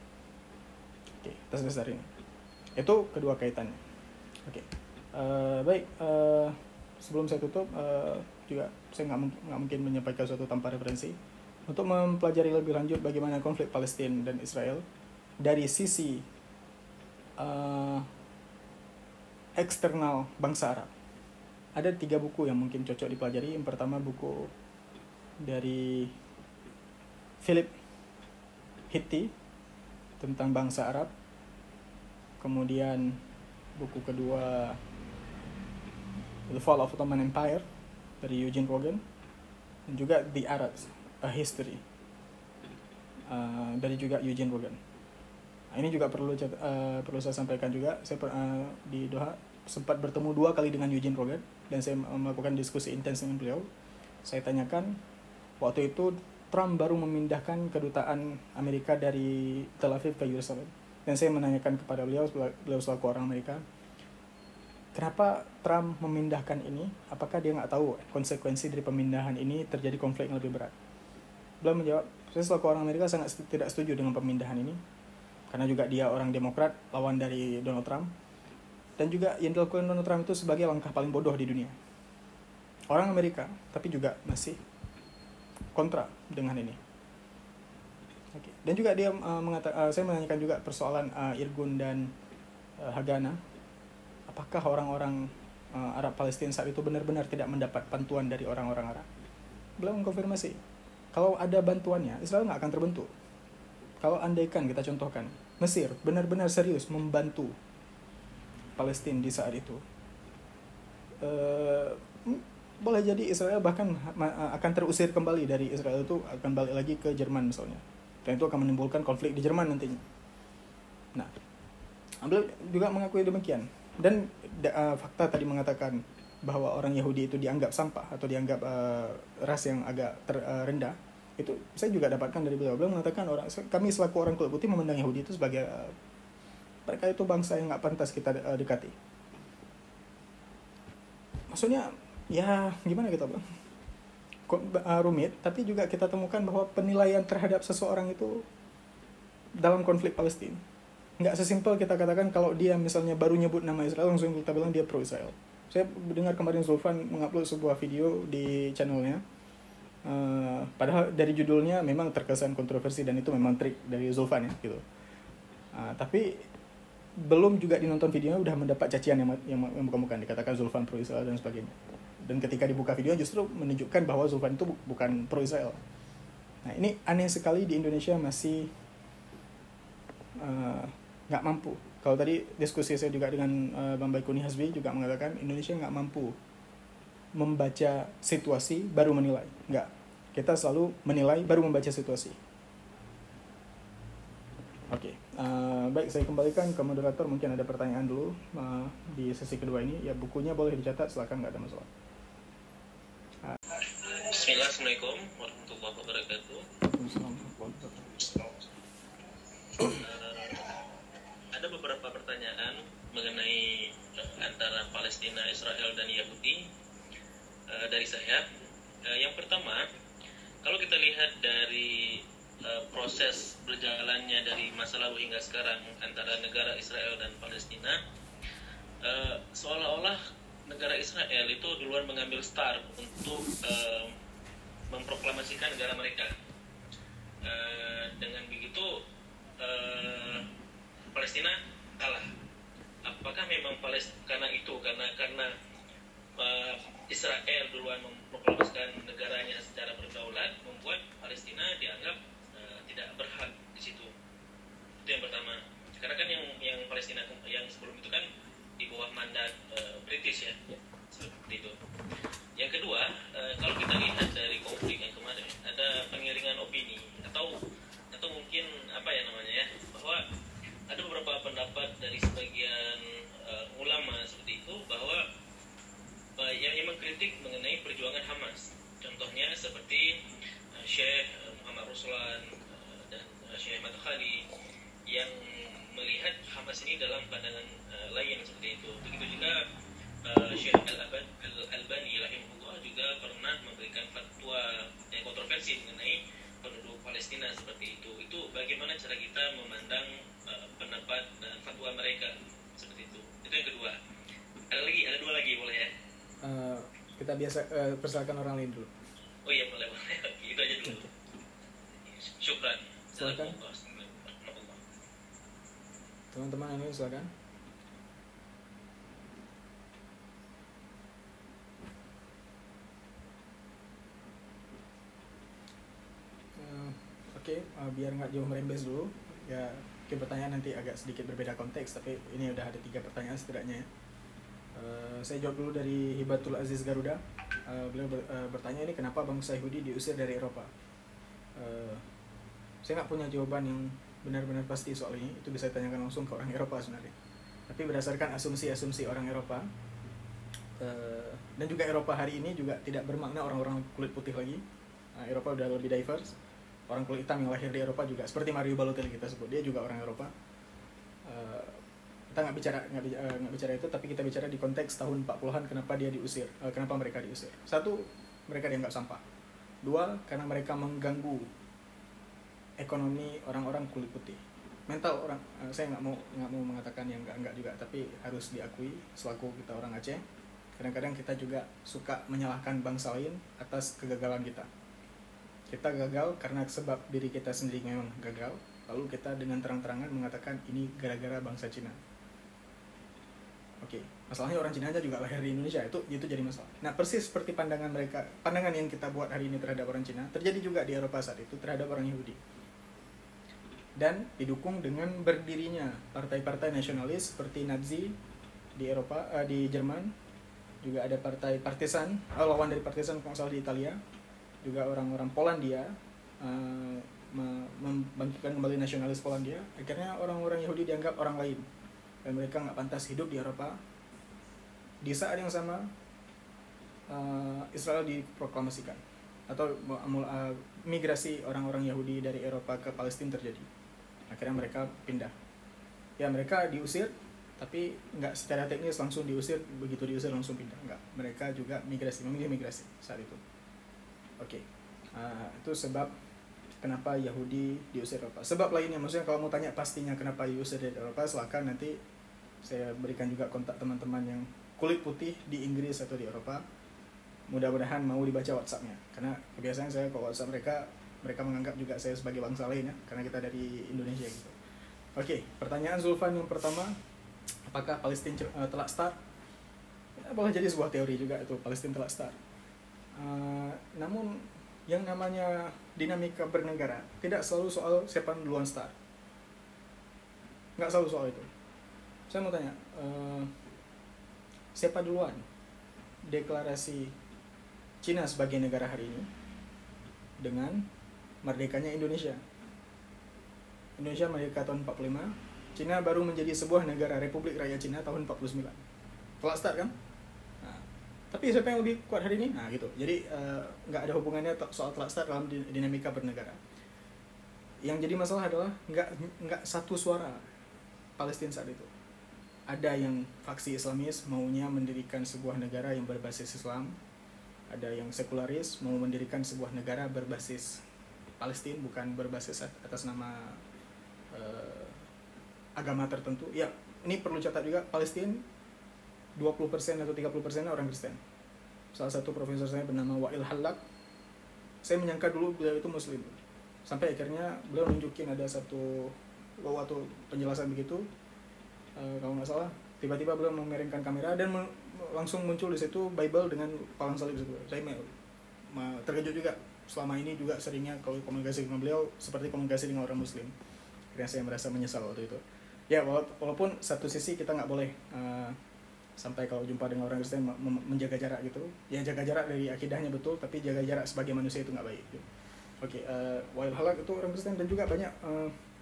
Oke, atas dasar ini. Itu kedua kaitannya. Oke. Uh, baik, uh, sebelum saya tutup uh, juga saya nggak mung- nggak mungkin menyampaikan sesuatu tanpa referensi. Untuk mempelajari lebih lanjut bagaimana konflik Palestina dan Israel dari sisi uh, eksternal bangsa Arab, ada tiga buku yang mungkin cocok dipelajari. Yang pertama buku dari Philip Hitti tentang bangsa Arab. Kemudian buku kedua The Fall of Ottoman Empire dari Eugene Rogan, dan juga The Arabs, A History uh, dari juga Eugene Rogan. Nah, ini juga perlu uh, perlu saya sampaikan juga. Saya uh, di Doha sempat bertemu dua kali dengan Eugene Rogan dan saya melakukan diskusi intens dengan beliau. Saya tanyakan, waktu itu Trump baru memindahkan kedutaan Amerika dari Tel Aviv ke Yerusalem, dan saya menanyakan kepada beliau, beliau selaku orang Amerika, kenapa Trump memindahkan ini? Apakah dia nggak tahu konsekuensi dari pemindahan ini terjadi konflik yang lebih berat? Beliau menjawab, saya selaku orang Amerika sangat tidak setuju dengan pemindahan ini, karena juga dia orang Demokrat, lawan dari Donald Trump, dan juga yang dilakukan Donald Trump itu sebagai langkah paling bodoh di dunia. Orang Amerika, tapi juga masih kontra dengan ini. Oke. Dan juga dia uh, mengatakan, uh, saya menanyakan juga persoalan uh, Irgun dan uh, Hagana. Apakah orang-orang uh, Arab Palestina saat itu benar-benar tidak mendapat bantuan dari orang-orang Arab? Beliau mengkonfirmasi, kalau ada bantuannya, Israel nggak akan terbentuk. Kalau andaikan kita contohkan, Mesir benar-benar serius membantu Palestina di saat itu, uh, boleh jadi Israel bahkan akan terusir kembali dari Israel, itu akan balik lagi ke Jerman misalnya, dan itu akan menimbulkan konflik di Jerman nantinya. Nah, beliau juga mengakui demikian. Dan uh, fakta tadi mengatakan bahwa orang Yahudi itu dianggap sampah atau dianggap uh, ras yang agak ter, uh, rendah, itu saya juga dapatkan dari beliau. Beliau mengatakan orang kami selaku orang kulit putih memandang Yahudi itu sebagai uh, mereka itu bangsa yang nggak pantas kita uh, dekati. Maksudnya ya gimana kita bilang, uh, rumit, tapi juga kita temukan bahwa penilaian terhadap seseorang itu dalam konflik Palestina nggak sesimpel kita katakan kalau dia misalnya baru nyebut nama Israel langsung kita bilang dia pro Israel. Saya dengar kemarin Zulfan mengupload sebuah video di channelnya, uh, padahal dari judulnya memang terkesan kontroversi dan itu memang trik dari Zulfan ya gitu. Uh, tapi belum juga dinonton videonya udah mendapat cacian yang yang bukan-bukan, dikatakan Zulfan pro Israel dan sebagainya. Dan ketika dibuka videonya justru menunjukkan bahwa Zulfan itu bukan pro Israel. Nah ini aneh sekali, di Indonesia masih uh, nggak mampu. Kalau tadi diskusi saya juga dengan uh, Bang Baikuni Hasbi juga mengatakan Indonesia nggak mampu membaca situasi baru menilai. Nggak. Kita selalu menilai baru membaca situasi. Oke. Okay. Uh, baik, saya kembalikan ke moderator. Mungkin ada pertanyaan dulu uh, di sesi kedua ini. Ya bukunya boleh dicatat, silakan, nggak ada masalah. Uh. Bismillah, Assalamualaikum warahmatullahi wabarakatuh. Ada beberapa pertanyaan mengenai antara Palestina, Israel, dan Yahudi uh, dari saya. Uh, yang pertama, kalau kita lihat dari uh, proses berjalannya dari masa lalu hingga sekarang antara negara Israel dan Palestina, uh, seolah-olah negara Israel itu duluan mengambil start untuk uh, memproklamasikan negara mereka. Uh, dengan begitu, uh, Palestina kalah. Apakah memang Palestina karena itu karena karena uh, Israel duluan memproklamasikan negaranya secara berdaulat membuat Palestina dianggap uh, tidak berhak di situ? Itu yang pertama. Karena kan yang yang Palestina yang sebelum itu kan di bawah mandat uh, British ya, seperti itu. Yang kedua, uh, kalau kita lihat dari konflik yang kemarin ada pengiringan opini atau atau mungkin apa ya namanya ya, bahwa ada beberapa pendapat dari sebagian uh, ulama seperti itu seperti uh, Syekh uh, Muhammad Ruslan uh, dan uh, Syekh Madkhali yang melihat Hamas ini dalam pandangan uh, lain seperti itu. Begitu juga uh, Syekh Al-Albani rahimahullah juga pernah memberikan fatwa yang kontroversi mengenai penduduk Palestina seperti itu. Itu bagaimana cara kita memandang uh, pendapat dan fatwa mereka seperti itu. Itu yang kedua. Ada lagi, ada dua lagi boleh ya? Uh, kita biasa uh, persilakan orang lain dulu. Oh iya boleh boleh. Itu aja dulu. Syukran. Silakan. Teman-teman yang lain silakan. Uh, Oke, okay, uh, biar nggak jauh merembes dulu. Ya, mungkin pertanyaan nanti agak sedikit berbeda konteks, tapi ini udah ada tiga pertanyaan setidaknya. Uh, saya jawab dulu dari Hibatul Aziz Garuda. Uh, beliau ber, uh, bertanya ini kenapa bangsa Yahudi diusir dari Eropa. Uh, saya nggak punya jawaban yang benar-benar pasti soal ini, itu bisa ditanyakan langsung ke orang Eropa sebenarnya. Tapi berdasarkan asumsi-asumsi orang Eropa, uh, dan juga Eropa hari ini juga tidak bermakna orang-orang kulit putih lagi. Uh, Eropa udah lebih diverse. Orang kulit hitam yang lahir di Eropa juga, seperti Mario Balotelli kita sebut, dia juga orang Eropa. Uh, kita nggak bicara nggak bicara, nggak bicara itu, tapi kita bicara di konteks tahun empat puluhan kenapa dia diusir, uh, kenapa mereka diusir. Satu, mereka dianggap sampah. Dua, karena mereka mengganggu ekonomi orang-orang kulit putih. Mental orang, uh, saya nggak mau nggak mau mengatakan yang nggak nggak juga, tapi harus diakui selaku kita orang Aceh, kadang-kadang kita juga suka menyalahkan bangsa lain atas kegagalan kita. Kita gagal karena sebab diri kita sendiri memang gagal, lalu kita dengan terang-terangan mengatakan ini gara-gara bangsa Cina. Oke, okay. Masalahnya orang Cina aja juga lahir di Indonesia, itu itu jadi masalah. Nah, persis seperti pandangan mereka, pandangan yang kita buat hari ini terhadap orang Cina, terjadi juga di Eropa saat itu terhadap orang Yahudi. Dan didukung dengan berdirinya partai-partai nasionalis seperti Nazi di Eropa, uh, di Jerman, juga ada partai Partisan, uh, lawan dari Partisan kalau salah di Italia, juga orang-orang Polandia uh, membangkitkan kembali nasionalis Polandia. Akhirnya orang-orang Yahudi dianggap orang lain dan mereka nggak pantas hidup di Eropa. Di saat yang sama uh, Israel diproklamasikan atau uh, migrasi orang-orang Yahudi dari Eropa ke Palestina terjadi. Akhirnya mereka pindah. Ya, mereka diusir, tapi nggak secara teknis langsung diusir, begitu diusir langsung pindah. Nggak, mereka juga migrasi, memilih migrasi saat itu. Oke, okay. uh, itu sebab kenapa Yahudi diusir Eropa. Sebab lainnya, maksudnya kalau mau tanya pastinya kenapa diusir dari Eropa, silakan nanti saya berikan juga kontak teman-teman yang kulit putih di Inggris atau di Eropa. Mudah-mudahan mau dibaca WhatsApp-nya, karena kebiasaan saya kalau WhatsApp mereka, mereka menganggap juga saya sebagai bangsa lain ya, karena kita dari Indonesia gitu. Oke, okay. Pertanyaan Zulfan yang pertama, apakah Palestina uh, telah start? Ya, boleh jadi sebuah teori juga itu Palestina telah start. Uh, namun yang namanya dinamika bernegara tidak selalu soal siapa duluan start, nggak selalu soal itu. Saya mau tanya, uh, siapa duluan deklarasi Cina sebagai negara hari ini dengan merdekanya Indonesia? Indonesia merdeka tahun empat puluh lima, Cina baru menjadi sebuah negara Republik Rakyat Cina tahun empat puluh sembilan. Telah start kan? Tapi siapa yang lebih kuat hari ini? Nah gitu. Jadi nggak uh, ada hubungannya soal telah start dalam dinamika bernegara. Yang jadi masalah adalah nggak nggak satu suara Palestina saat itu. Ada yang faksi Islamis maunya mendirikan sebuah negara yang berbasis Islam. Ada yang sekularis mau mendirikan sebuah negara berbasis Palestina, bukan berbasis atas nama uh, agama tertentu. Ya, ini perlu catat juga, Palestina dua puluh persen atau tiga puluh persen orang Kristen. Salah satu profesor saya bernama Wa'il Halak, saya menyangka dulu beliau itu Muslim, sampai akhirnya beliau nunjukin ada satu waktu penjelasan begitu, uh, kalau nggak salah tiba-tiba beliau memiringkan kamera dan me- langsung muncul di situ Bible dengan palang salib itu. Saya me- me- terkejut juga. Selama ini juga seringnya kalau komunikasi dengan beliau seperti komunikasi dengan orang Muslim. Akhirnya saya merasa menyesal waktu itu. Ya, walaupun satu sisi kita nggak boleh uh, sampai kalau jumpa dengan orang Kristen menjaga jarak gitu, ya jaga jarak dari akidahnya betul, tapi jaga jarak sebagai manusia itu nggak baik gitu. Oke, okay, uh, Wa'il Halak itu orang Kristen dan juga banyak uh,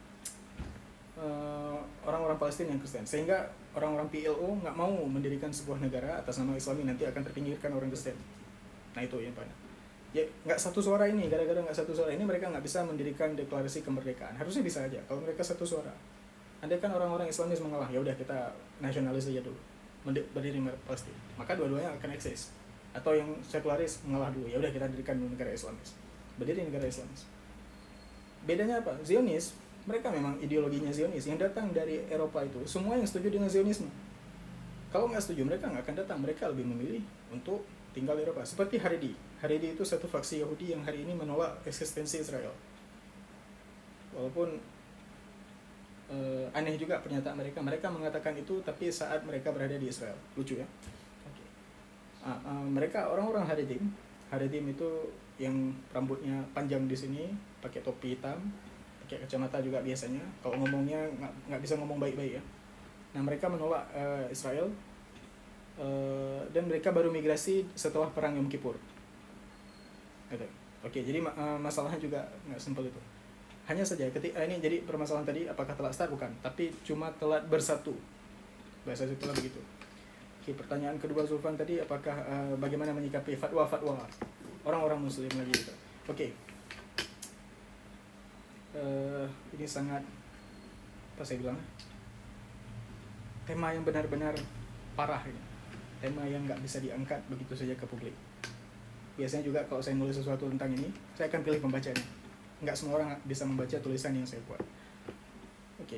uh, orang-orang Palestina yang Kristen, sehingga orang-orang P L O nggak mau mendirikan sebuah negara atas nama Islami, nanti akan terpinggirkan orang Kristen. Nah itu yang banyak. Ya nggak satu suara ini, gara-gara nggak satu suara ini mereka nggak bisa mendirikan deklarasi kemerdekaan. Harusnya bisa aja kalau mereka satu suara. Andai kan orang-orang Islamis mengalah, ya udah kita nasionalis aja dulu, berdiri Palestina. Maka dua-duanya akan eksis. Atau yang sekularis mengalah dulu, ya udah kita dirikan dulu negara Islamis, berdiri negara Islamis. Bedanya apa? Zionis, mereka memang ideologinya Zionis yang datang dari Eropa itu semua yang setuju dengan Zionisme. Kalau nggak setuju mereka nggak akan datang, mereka lebih memilih untuk tinggal di Eropa. Seperti Haredi. Haredi itu satu faksi Yahudi yang hari ini menolak eksistensi Israel. Walaupun uh, aneh juga pernyataan mereka, mereka mengatakan itu tapi saat mereka berada di Israel. Lucu ya. Okay. Uh, uh, mereka orang-orang Haredim. Haredim itu yang rambutnya panjang di sini, pakai topi hitam, pakai kacamata juga biasanya. Kalau ngomongnya nggak nggak bisa ngomong baik-baik ya. Nah mereka menolak uh, Israel. Uh, dan mereka baru migrasi setelah perang Yom Kippur. Gitu. Oke, jadi uh, masalahnya juga nggak simpel itu. Hanya saja ketika ini jadi permasalahan tadi apakah telat start bukan, tapi cuma telat bersatu. Bahasa itulah begitu. Oke, pertanyaan kedua Zulfan tadi apakah uh, bagaimana menyikapi fatwa-fatwa orang-orang Muslim lagi gitu. Oke. Uh, ini sangat apa saya bilang? Tema yang benar-benar parah ini. Tema yang nggak bisa diangkat begitu saja ke publik. Biasanya juga kalau saya nulis sesuatu tentang ini, saya akan pilih pembacanya. Nggak semua orang bisa membaca tulisan yang saya buat. Oke. Okay.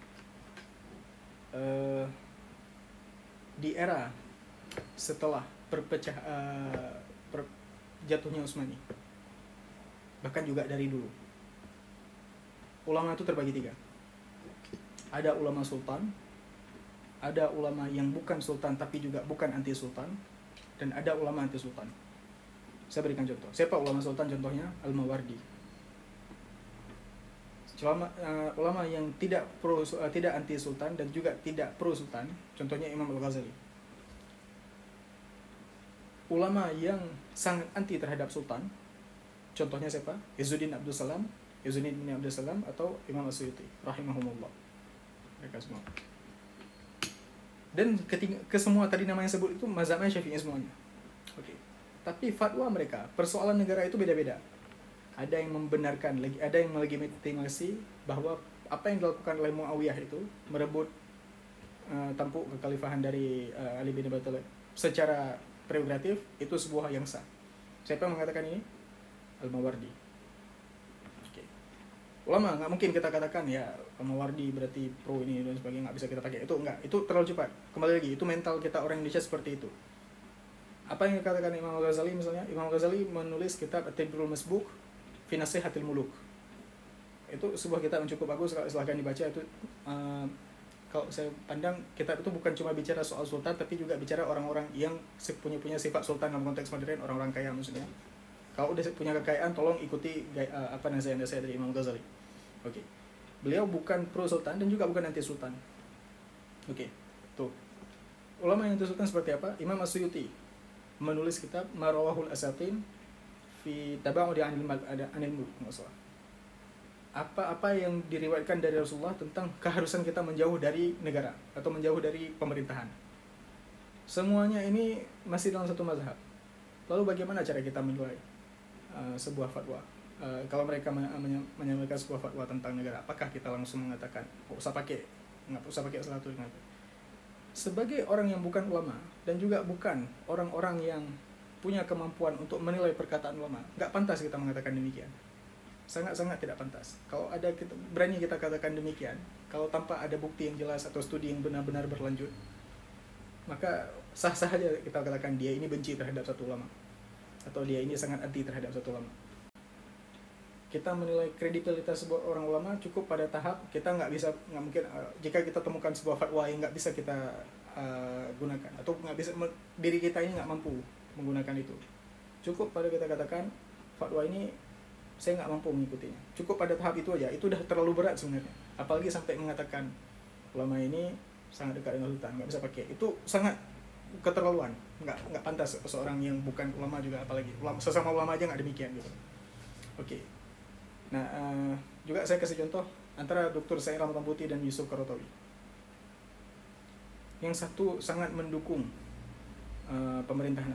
Uh, di era setelah perpecah uh, per, jatuhnya Utsmani, bahkan juga dari dulu, ulama itu terbagi tiga. Ada ulama sultan, ada ulama yang bukan sultan tapi juga bukan anti sultan, dan ada ulama anti sultan. Saya berikan contoh. Siapa ulama sultan? Contohnya Al-Mawardi. Ulama, uh, ulama yang tidak pro, uh, tidak anti sultan dan juga tidak pro sultan. Contohnya Imam Al-Ghazali. Ulama yang sangat anti terhadap sultan. Contohnya siapa? Izzuddin Abdul Salam, Izzuddin bin Abdul Salam atau Imam As-Suyuti rahimahumullah. Mereka semua. Dan ketika kesemua tadi namanya sebut itu mazhabnya Syafi'i semuanya. Oke. Okay. Tapi fatwa mereka, persoalan negara itu beda-beda. Ada yang membenarkan, ada yang melegitimasi bahwa apa yang dilakukan oleh Muawiyah itu merebut uh, tampuk kekhalifahan dari uh, Ali bin Abi Thalib secara prerogatif itu sebuah yang sah. Siapa yang mengatakan ini? Al-Mawardi. Ulama nggak mungkin kita katakan ya Mawardi berarti pro ini dan sebagainya, nggak bisa kita pakai itu, enggak, itu terlalu cepat. Kembali lagi itu mental kita orang Indonesia seperti itu. Apa yang dikatakan Imam Ghazali misalnya? Imam Ghazali menulis kitab At-Tibirul Masbuk fi Nasihatil Muluk. Itu sebuah kitab yang cukup bagus, silahkan dibaca itu. Uh, kalau saya pandang kitab itu bukan cuma bicara soal sultan tapi juga bicara orang-orang yang punya punya sifat sultan dalam konteks modern, orang-orang kaya maksudnya. Kalau udah punya kekayaan, tolong ikuti uh, apa nasihat-nasihat dari Imam Ghazali. Oke, okay. Beliau bukan pro sultan dan juga bukan anti sultan. Oke, okay. Tuh. Ulama yang anti sultan seperti apa? Imam As-Suyuti menulis kitab Marawahul Asatin fi Taba'udi Anil Anil Mulk, nggak salah. Apa-apa yang diriwayatkan dari Rasulullah tentang keharusan kita menjauh dari negara atau menjauh dari pemerintahan. Semuanya ini masih dalam satu mazhab. Lalu bagaimana cara kita menilai Uh, sebuah fatwa? Uh, kalau mereka menyampaikan sebuah fatwa tentang negara, apakah kita langsung mengatakan nggak usah pakai, nggak usah pakai salah satu? Sebagai orang yang bukan ulama dan juga bukan orang-orang yang punya kemampuan untuk menilai perkataan ulama, nggak pantas kita mengatakan demikian. Sangat-sangat tidak pantas. Kalau ada kita, berani kita katakan demikian, kalau tanpa ada bukti yang jelas atau studi yang benar-benar berlanjut, maka sah-sah saja kita katakan dia ini benci terhadap satu ulama, atau dia ini sangat anti terhadap satu ulama. Kita menilai kredibilitas sebuah orang ulama cukup pada tahap kita nggak bisa, nggak mungkin uh, jika kita temukan sebuah fatwa yang nggak bisa kita uh, gunakan atau nggak bisa, diri kita ini nggak mampu menggunakan itu, cukup pada kita katakan fatwa ini saya nggak mampu mengikutinya. Cukup pada tahap itu aja, itu udah terlalu berat sebenarnya. Apalagi sampai mengatakan ulama ini sangat dekat dengan sultan, nggak bisa pakai, itu sangat keterlaluan, nggak nggak pantas seorang yang bukan ulama juga, apalagi ulama, sesama ulama aja nggak demikian gitu. Oke, okay. Nah uh, juga saya kasih contoh antara Doktor Said Rahmat Putih dan Yusuf Qaradawi. Yang satu sangat mendukung uh, pemerintahan Assad,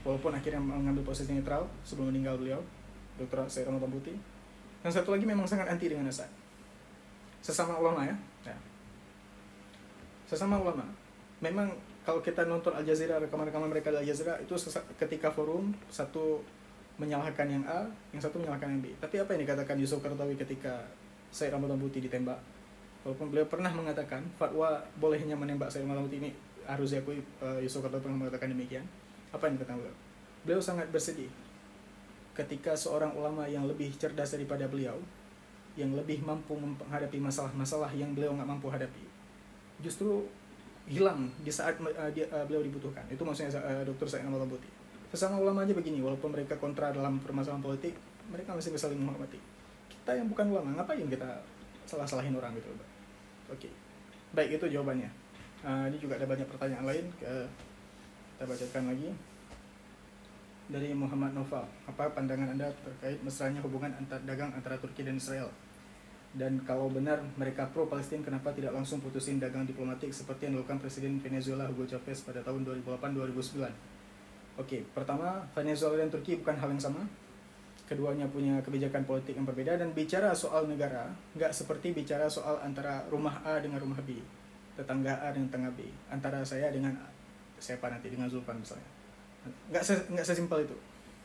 walaupun akhirnya mengambil posisi netral sebelum meninggal beliau, Doktor Said Ramadan Putih. Yang satu lagi memang sangat anti dengan Assad. Sesama ulama ya. ya. Sesama ulama. Memang kalau kita nonton Al Jazeera, rekaman-rekaman mereka di Al Jazeera, itu ketika forum satu menyalahkan yang A, yang satu menyalahkan yang B. Tapi apa yang dikatakan Yusuf Qaradawi ketika Said Ramadan Putih ditembak? Walaupun beliau pernah mengatakan fatwa bolehnya menembak Said Ramadan Putih ini harus diakui, uh, Yusuf Qaradawi pernah mengatakan demikian. Apa yang dikatakan beliau? Beliau sangat bersedih ketika seorang ulama yang lebih cerdas daripada beliau, yang lebih mampu menghadapi masalah-masalah yang beliau nggak mampu hadapi, justru hilang di saat uh, dia, uh, beliau dibutuhkan. Itu maksudnya uh, Doktor Said Ramadan Putih. Sesama ulama aja begini, walaupun mereka kontra dalam permasalahan politik, mereka masih bisa saling menghormati. Kita yang bukan ulama, ngapain kita salah-salahin orang gitu? Oke, baik, itu jawabannya. Uh, ini juga ada banyak pertanyaan lain, uh, kita bacakan lagi. Dari Muhammad Noval, apa pandangan Anda terkait mesranya hubungan antar dagang antara Turki dan Israel? Dan kalau benar mereka pro Palestina, kenapa tidak langsung putusin dagang diplomatik seperti yang dilakukan Presiden Venezuela Hugo Chavez pada tahun dua ribu delapan sampai dua ribu sembilan? Oke, pertama, Venezuela dan Turki bukan hal yang sama. Keduanya punya kebijakan politik yang berbeda, dan bicara soal negara nggak seperti bicara soal antara rumah A dengan rumah B, tetangga A dengan tetangga B, antara saya dengan siapa nanti, dengan Zulfan misalnya. Nggak se nggak sesimpel itu.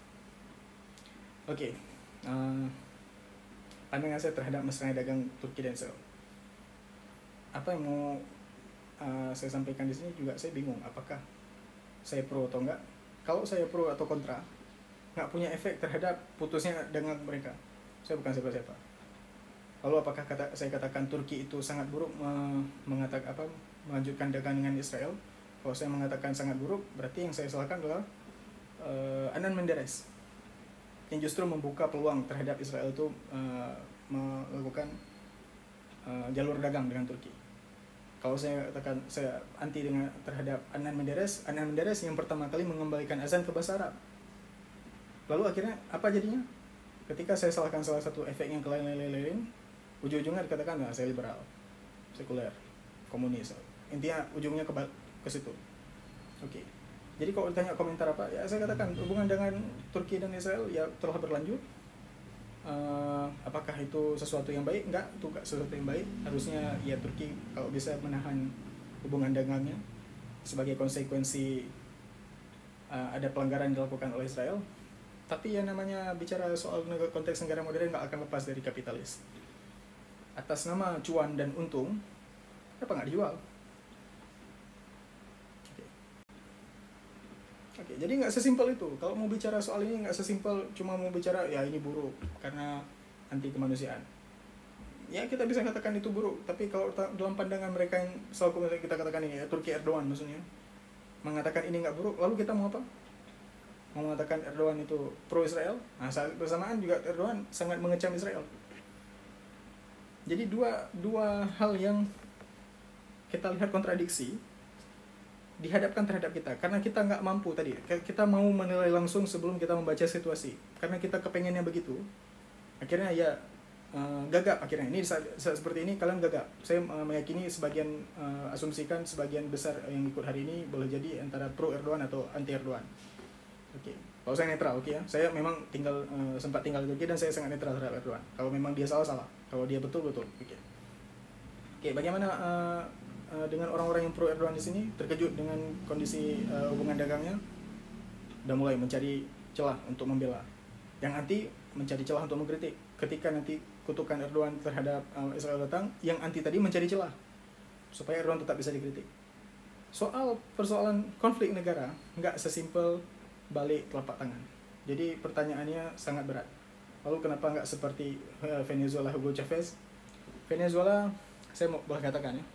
Oke, uh, pandangan saya terhadap mesranya dagang Turki dan Israel. Apa yang mau uh, saya sampaikan di sini juga saya bingung. Apakah saya pro atau enggak? Kalau saya pro atau kontra, nggak punya efek terhadap putusnya dengan mereka. Saya bukan siapa-siapa. Lalu apakah kata, saya katakan Turki itu sangat buruk me, mengatakan apa melanjutkan dagang dengan Israel? Kalau saya mengatakan sangat buruk, berarti yang saya salahkan adalah uh, Adnan Menderes, yang justru membuka peluang terhadap Israel itu uh, melakukan uh, jalur dagang dengan Turki. Kalau saya katakan saya anti dengan terhadap Adnan Menderes, Adnan Menderes yang pertama kali mengembalikan azan ke bahasa Arab. Lalu akhirnya apa jadinya? Ketika saya salahkan salah satu efek yang lain-lain, ujung-ujungnya dikatakan nah, saya liberal, sekuler, komunis. Intinya ujungnya ke, ke situ. Oke. Okay. Jadi kalau ditanya komentar apa, ya saya katakan hubungan dengan Turki dan Israel ya telah berlanjut. Uh, apakah itu sesuatu yang baik? Enggak, itu enggak sesuatu yang baik. Harusnya ya Turki kalau bisa menahan hubungan dagangnya sebagai konsekuensi uh, ada pelanggaran yang dilakukan oleh Israel. Tapi ya namanya bicara soal konteks negara modern nggak akan lepas dari kapitalis. Atas nama cuan dan untung, apa nggak dijual? Oke, Oke jadi nggak sesimpel itu. Kalau mau bicara soal ini nggak sesimpel cuma mau bicara ya ini buruk karena anti kemanusiaan. Ya kita bisa katakan itu buruk, tapi kalau dalam pandangan mereka yang selalu kita katakan ini ya Turki Erdogan maksudnya mengatakan ini nggak buruk, lalu kita mau apa? Mau mengatakan Erdogan itu pro-Israel, nah saat bersamaan juga Erdogan sangat mengecam Israel. Jadi dua, dua hal yang kita lihat kontradiksi dihadapkan terhadap kita. Karena kita nggak mampu tadi, kita mau menilai langsung sebelum kita membaca situasi. Karena kita kepengennya begitu, akhirnya ya uh, gagap akhirnya. Ini saat, saat seperti ini kalian gagap. Saya uh, meyakini sebagian, uh, asumsikan sebagian besar yang ikut hari ini boleh jadi antara pro-Erdogan atau anti-Erdogan. Oke, okay. Kalau saya netral, oke okay ya. Saya memang tinggal uh, sempat tinggal di Turki dan saya sangat netral terhadap Erdogan. Kalau memang dia salah salah, kalau dia betul betul. Oke. Okay. Oke, okay, bagaimana uh, uh, dengan orang-orang yang pro Erdogan di sini terkejut dengan kondisi uh, hubungan dagangnya, udah mulai mencari celah untuk membela. Yang anti mencari celah untuk mengkritik. Ketika nanti kutukan Erdogan terhadap uh, Israel datang, yang anti tadi mencari celah supaya Erdogan tetap bisa dikritik. Soal persoalan konflik negara nggak sesimpel balik telapak tangan. Jadi pertanyaannya sangat berat. Lalu kenapa nggak seperti Venezuela Hugo Chavez? Venezuela, saya mau boleh katakan ya,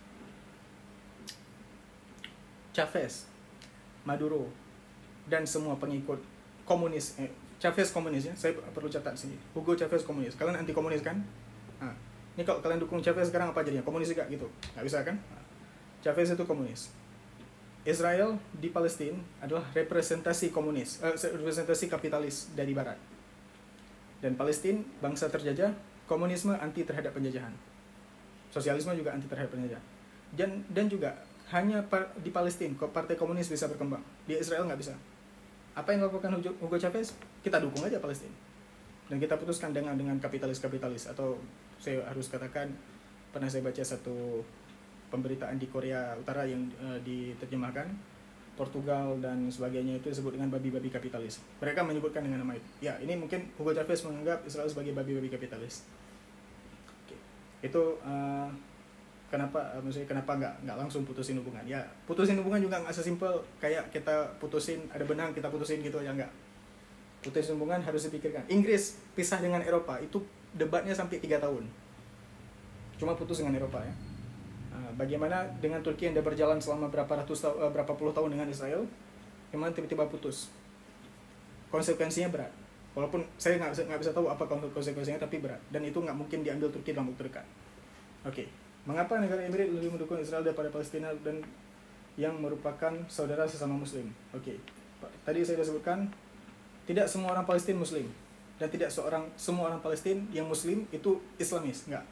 Chavez, Maduro, dan semua pengikut komunis, eh, Chavez komunis ya, saya perlu catat sini. Hugo Chavez komunis. Kalian anti komunis kan? Nah, ini kalau kalian dukung Chavez sekarang apa jadinya? Komunis juga gitu? Nggak bisa kan? Nah, Chavez itu komunis. Israel di Palestina adalah representasi komunis, eh, representasi kapitalis dari Barat. Dan Palestina bangsa terjajah, komunisme anti terhadap penjajahan, sosialisme juga anti terhadap penjajahan. Dan dan juga hanya par, di Palestina partai komunis bisa berkembang, di Israel nggak bisa. Apa yang dilakukan Hugo Chavez? Kita dukung aja Palestina. Dan kita putuskan dengan dengan kapitalis-kapitalis, atau saya harus katakan, pernah saya baca satu pemberitaan di Korea Utara yang uh, diterjemahkan, Portugal dan sebagainya itu disebut dengan babi-babi kapitalis. Mereka menyebutkan dengan nama itu. Ya, ini mungkin Hugo Chavez menganggap Israel sebagai babi-babi kapitalis. Oke. Itu uh, kenapa uh, maksudnya kenapa nggak nggak langsung putusin hubungan? Ya, putusin hubungan juga nggak sesimpel kayak kita putusin ada benang kita putusin gitu aja, nggak. Putusin hubungan harus dipikirkan. Inggris pisah dengan Eropa itu debatnya sampai tiga tahun. Cuma putus dengan Eropa ya. Bagaimana dengan Turki yang sudah berjalan selama berapa ratus tahun, berapa puluh tahun dengan Israel, yang mana tiba-tiba putus. Konsekuensinya berat. Walaupun saya nggak bisa, nggak bisa tahu apa konsekuensinya, tapi berat. Dan itu nggak mungkin diambil Turki dalam waktu dekat. Oke, mengapa negara Emirat lebih mendukung Israel daripada Palestina dan yang merupakan saudara sesama Muslim? Oke, tadi saya sudah sebutkan, tidak semua orang Palestina Muslim, dan tidak seorang semua orang Palestina yang Muslim itu Islamis, nggak.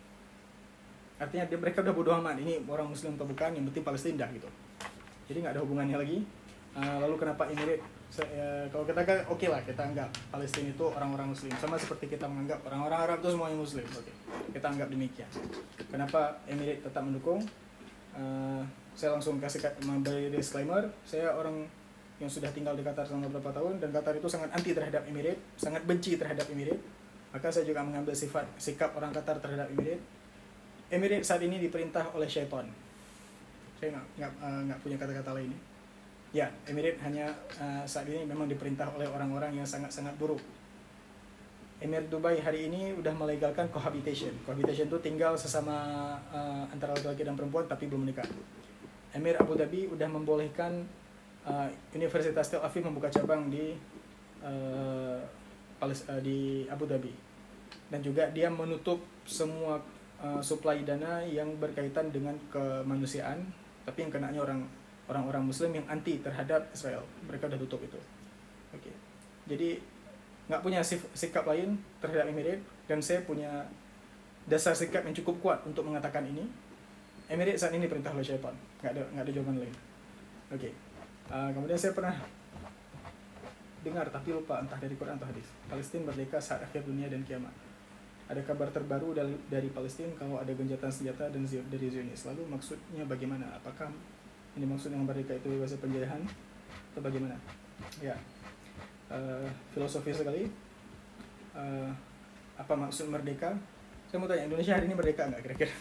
Artinya dia, mereka udah bodoh amat, ini orang Muslim atau bukan, yang penting Palestina dah gitu. Jadi nggak ada hubungannya lagi. Uh, lalu kenapa Emirat? Uh, kalau kita kan oke okay lah, kita anggap Palestina itu orang-orang Muslim, sama seperti kita menganggap orang-orang Arab itu semuanya Muslim. Oke, okay. Kita anggap demikian. Kenapa Emirat tetap mendukung? Uh, saya langsung kasih memberi disclaimer, saya orang yang sudah tinggal di Qatar selama beberapa tahun, dan Qatar itu sangat anti terhadap Emirat, sangat benci terhadap Emirat. Maka saya juga mengambil sifat sikap orang Qatar terhadap Emirat. Emirat saat ini diperintah oleh syaitan. Saya nggak nggak uh, nggak punya kata-kata lain. Ya, Emirat hanya uh, saat ini memang diperintah oleh orang-orang yang sangat-sangat buruk. Emirat Dubai hari ini udah melegalkan cohabitation. Cohabitation itu tinggal sesama uh, antara laki-laki dan perempuan tapi belum menikah. Emir Abu Dhabi udah membolehkan uh, Universitas Tel Aviv membuka cabang di uh, Palis, uh, di Abu Dhabi, dan juga dia menutup semua uh, supply dana yang berkaitan dengan kemanusiaan, tapi yang kenanya orang orang-orang Muslim yang anti terhadap Israel. Mereka udah tutup itu. Oke, okay. Jadi nggak punya sif- sikap lain terhadap Emirat, dan saya punya dasar sikap yang cukup kuat untuk mengatakan ini. Emirat saat ini perintah oleh syaitan, nggak ada nggak ada jawaban lain. Oke, okay. uh, kemudian saya pernah dengar tapi lupa entah dari Quran atau hadis. Palestina merdeka saat akhir dunia dan kiamat. Ada kabar terbaru dari, dari Palestina kalau ada gencatan senjata dan zi- dari Zionis. Lalu maksudnya bagaimana? Apakah ini maksud yang merdeka itu bebas penjajahan atau bagaimana? Ya, uh, filosofi sekali. Uh, apa maksud merdeka? Saya mau tanya, Indonesia hari ini merdeka nggak kira-kira?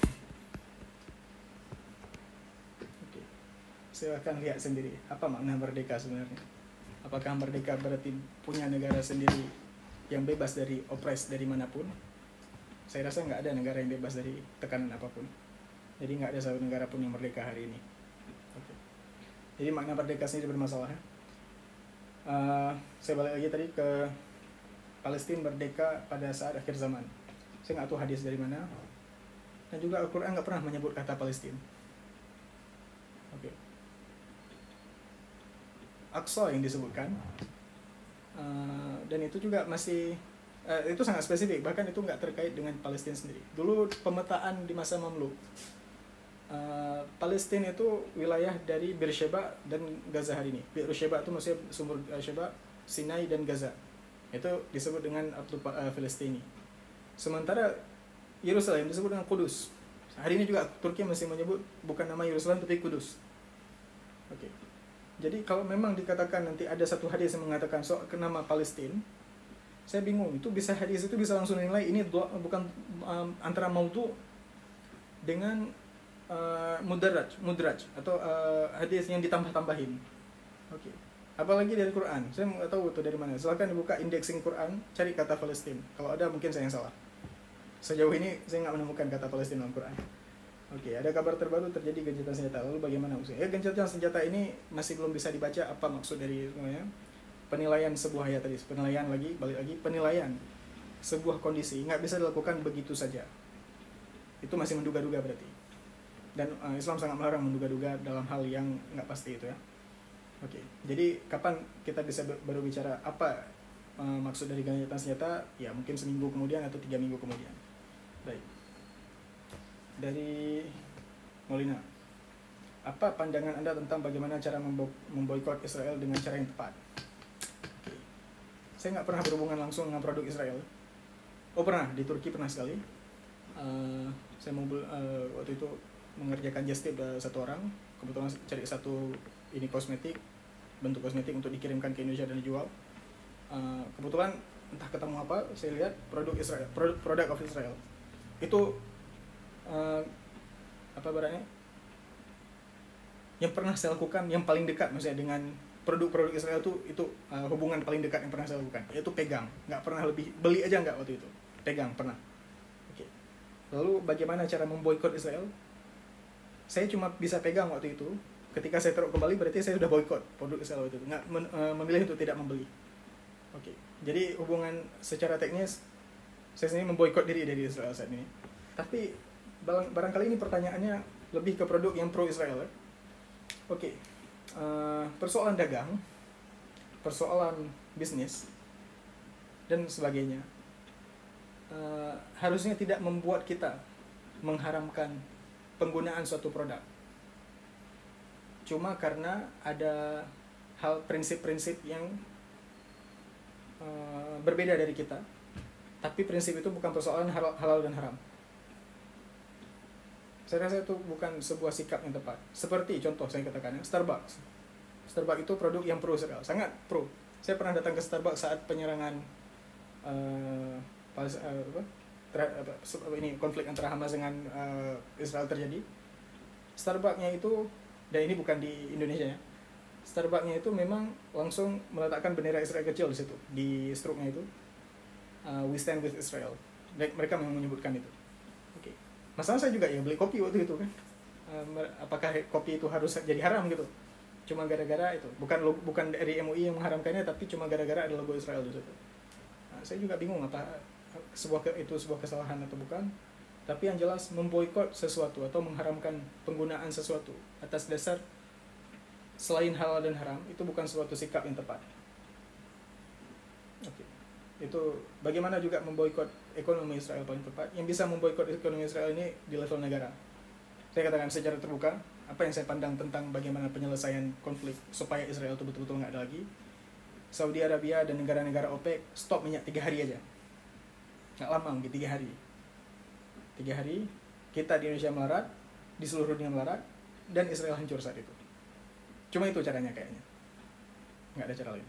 Saya akan lihat sendiri apa makna merdeka sebenarnya. Apakah merdeka berarti punya negara sendiri yang bebas dari opres dari manapun? Saya rasa nggak ada negara yang bebas dari tekanan apapun. Jadi nggak ada satu negara pun yang merdeka hari ini. Oke. Jadi makna merdeka sendiri bermasalah. Uh, saya balik lagi tadi ke Palestina merdeka pada saat akhir zaman. Saya nggak tahu hadis dari mana. Dan juga Al-Quran nggak pernah menyebut kata Palestina. Oke. Aqsa yang disebutkan, uh, dan itu juga masih uh, itu sangat spesifik, bahkan itu nggak terkait dengan Palestina sendiri. Dulu pemetaan di masa Mamluk, uh, Palestina itu wilayah dari Beersheba dan Gaza hari ini. Beersheba itu maksudnya sumber uh, Sheba, Sinai dan Gaza, itu disebut dengan Abdul uh, Filistini. Sementara Yerusalem disebut dengan Kudus. Hari ini juga Turki masih menyebut bukan nama Yerusalem tapi Kudus. Oke. Okay. Jadi kalau memang dikatakan nanti ada satu hadis yang mengatakan soal nama Palestina, saya bingung, itu bisa hadis itu bisa langsung nilai ini doa, bukan um, antara maudhu dengan uh, mudraj, mudraj atau uh, hadis yang ditambah-tambahin. Oke. Okay. Apalagi dari Quran, saya nggak tahu itu dari mana. Silakan dibuka indexing Quran, cari kata Palestina. Kalau ada mungkin saya yang salah. Sejauh ini saya nggak menemukan kata Palestina dalam Quran. Oke, ada kabar terbaru terjadi gencatan senjata. Lalu bagaimana maksudnya? Ya, gencatan senjata ini masih belum bisa dibaca apa maksud dari semuanya. Penilaian sebuah ya tadi, penilaian lagi, balik lagi, penilaian sebuah kondisi nggak bisa dilakukan begitu saja. Itu masih menduga-duga berarti. Dan uh, Islam sangat melarang menduga-duga dalam hal yang nggak pasti itu ya. Oke, jadi kapan kita bisa baru bicara apa uh, maksud dari gencatan senjata? Ya mungkin seminggu kemudian atau tiga minggu kemudian. Baik. Dari Molina, apa pandangan Anda tentang bagaimana cara memboikot Israel dengan cara yang tepat? saya nggak pernah berhubungan langsung dengan produk Israel. Oh pernah, di Turki pernah sekali. Uh, saya mau uh, waktu itu mengerjakan just tip uh, satu orang, kebetulan cari satu ini kosmetik, bentuk kosmetik untuk dikirimkan ke Indonesia dan dijual. Uh, kebetulan entah ketemu apa, saya lihat produk Israel, produk, produk of Israel. Itu uh, apa barangnya? Yang pernah saya lakukan, yang paling dekat maksudnya dengan produk-produk Israel itu itu uh, hubungan paling dekat yang pernah saya lakukan, yaitu pegang, nggak pernah lebih beli aja nggak waktu itu, pegang pernah. Oke. Lalu bagaimana cara memboikot Israel? Saya cuma bisa pegang waktu itu. Ketika saya taruh kembali berarti saya sudah boikot produk Israel waktu itu, nggak men, uh, memilih untuk tidak membeli. Oke. Jadi hubungan secara teknis saya sendiri memboikot diri dari Israel saat ini. Tapi barangkali ini pertanyaannya lebih ke produk yang pro Israel. Ya? Oke. Uh, persoalan dagang, persoalan bisnis, dan sebagainya uh, harusnya tidak membuat kita mengharamkan penggunaan suatu produk. Cuma karena ada hal prinsip-prinsip yang uh, berbeda dari kita, tapi prinsip itu bukan persoalan halal, halal dan haram. Saya rasa itu bukan sebuah sikap yang tepat. Seperti contoh saya katakan, Starbucks. Starbucks itu produk yang pro Israel, sangat pro. Saya pernah datang ke Starbucks saat penyerangan uh, pas, uh, apa, ter, apa, ini konflik antara Hamas dengan uh, Israel terjadi. Starbucks-nya itu, dan ini bukan di Indonesia ya, Starbucks-nya itu memang langsung meletakkan bendera Israel kecil di situ, di struknya itu. Uh, we stand with Israel. Mereka memang menyebutkan itu. Oke. Okay. Masalah saya juga ya beli kopi waktu itu kan. Uh, apakah kopi itu harus jadi haram gitu? Cuma gara-gara itu, bukan bukan dari M U I yang mengharamkannya, tapi cuma gara-gara ada logo Israel di situ. Nah, saya juga bingung apa sebuah itu sebuah kesalahan atau bukan. Tapi yang jelas memboikot sesuatu atau mengharamkan penggunaan sesuatu atas dasar selain halal dan haram itu bukan suatu sikap yang tepat. Oke. Itu bagaimana juga memboikot ekonomi Israel paling tepat. Yang bisa memboikot ekonomi Israel ini di level negara. Saya katakan secara terbuka, apa yang saya pandang tentang bagaimana penyelesaian konflik supaya Israel itu betul-betul nggak ada lagi. Saudi Arabia dan negara-negara OPEC stop minyak tiga hari aja, nggak lama mungkin tiga hari. Tiga hari kita di Indonesia melarat, di seluruh dunia melarat, dan Israel hancur saat itu. Cuma itu caranya kayaknya, nggak ada cara lain.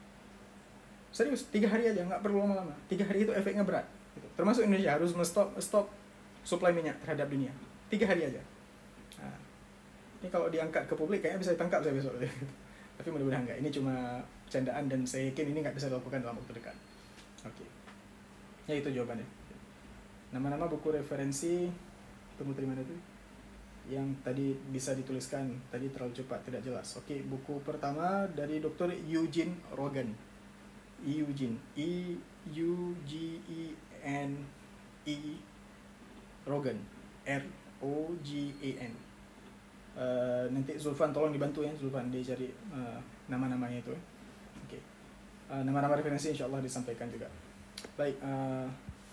Serius, tiga hari aja, nggak perlu lama-lama. Tiga hari itu efeknya berat. Gitu. Termasuk Indonesia harus stop stop suplai minyak terhadap dunia. Tiga hari aja. Nah, ini kalau diangkat ke publik kayaknya bisa ditangkap saya besok. Tapi mudah-mudahan enggak. Ini cuma candaan dan saya yakin ini nggak bisa dilakukan dalam waktu dekat. Oke. Okay. Ya itu jawabannya. Nama-nama buku referensi tunggu terima itu yang tadi bisa dituliskan tadi terlalu cepat tidak jelas. Oke, okay. Buku pertama dari dokter Eugene Rogan. Eugene E U G E N E Rogan R O G A N. Uh, nanti Zulfan tolong dibantu ya, Zulfan dia cari uh, nama-namanya itu. Oke. Okay. Uh, nama-nama referensi insyaallah disampaikan juga. Baik, uh,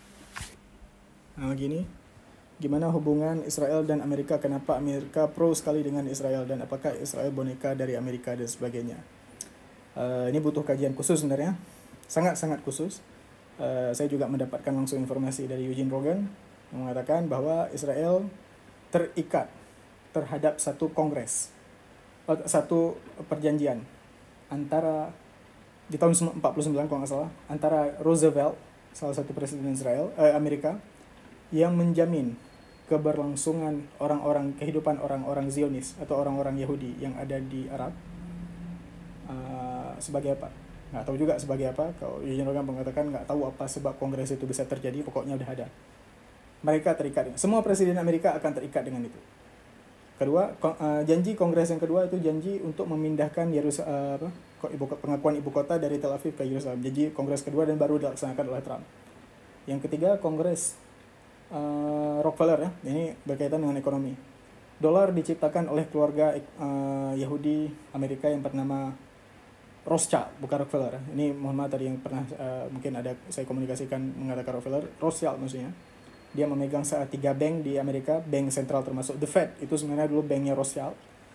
nah gini. Gimana hubungan Israel dan Amerika? Kenapa Amerika pro sekali dengan Israel dan apakah Israel boneka dari Amerika dan sebagainya? Uh, ini butuh kajian khusus sebenarnya, sangat-sangat khusus. Uh, saya juga mendapatkan langsung informasi dari Eugene Rogan yang mengatakan bahwa Israel terikat terhadap satu kongres, satu perjanjian antara di tahun empat puluh sembilan kalau nggak salah, antara Roosevelt, salah satu presiden Israel, eh, Amerika, yang menjamin keberlangsungan orang-orang, kehidupan orang-orang Zionis atau orang-orang Yahudi yang ada di Arab. Uh, sebagai apa? Nggak tahu juga sebagai apa. Kalau Eugene Rogan mengatakan nggak tahu apa sebab kongres itu bisa terjadi, pokoknya udah ada. Mereka terikat. Semua presiden Amerika akan terikat dengan itu. Kedua, uh, janji kongres yang kedua itu janji untuk memindahkan Yerusalem, uh, apa, ibu, pengakuan ibu kota dari Tel Aviv ke Yerusalem. Janji kongres kedua dan baru dilaksanakan oleh Trump. Yang ketiga, kongres uh, Rockefeller ya. Ini berkaitan dengan ekonomi. Dolar diciptakan oleh keluarga uh, Yahudi Amerika yang bernama Rothschild, bukan Rockefeller. Ini mohon maaf tadi yang pernah uh, mungkin ada saya komunikasikan mengatakan Rockefeller, Rothschild maksudnya. Dia memegang saat tiga bank di Amerika, bank sentral termasuk The Fed, itu sebenarnya dulu banknya Rothschild.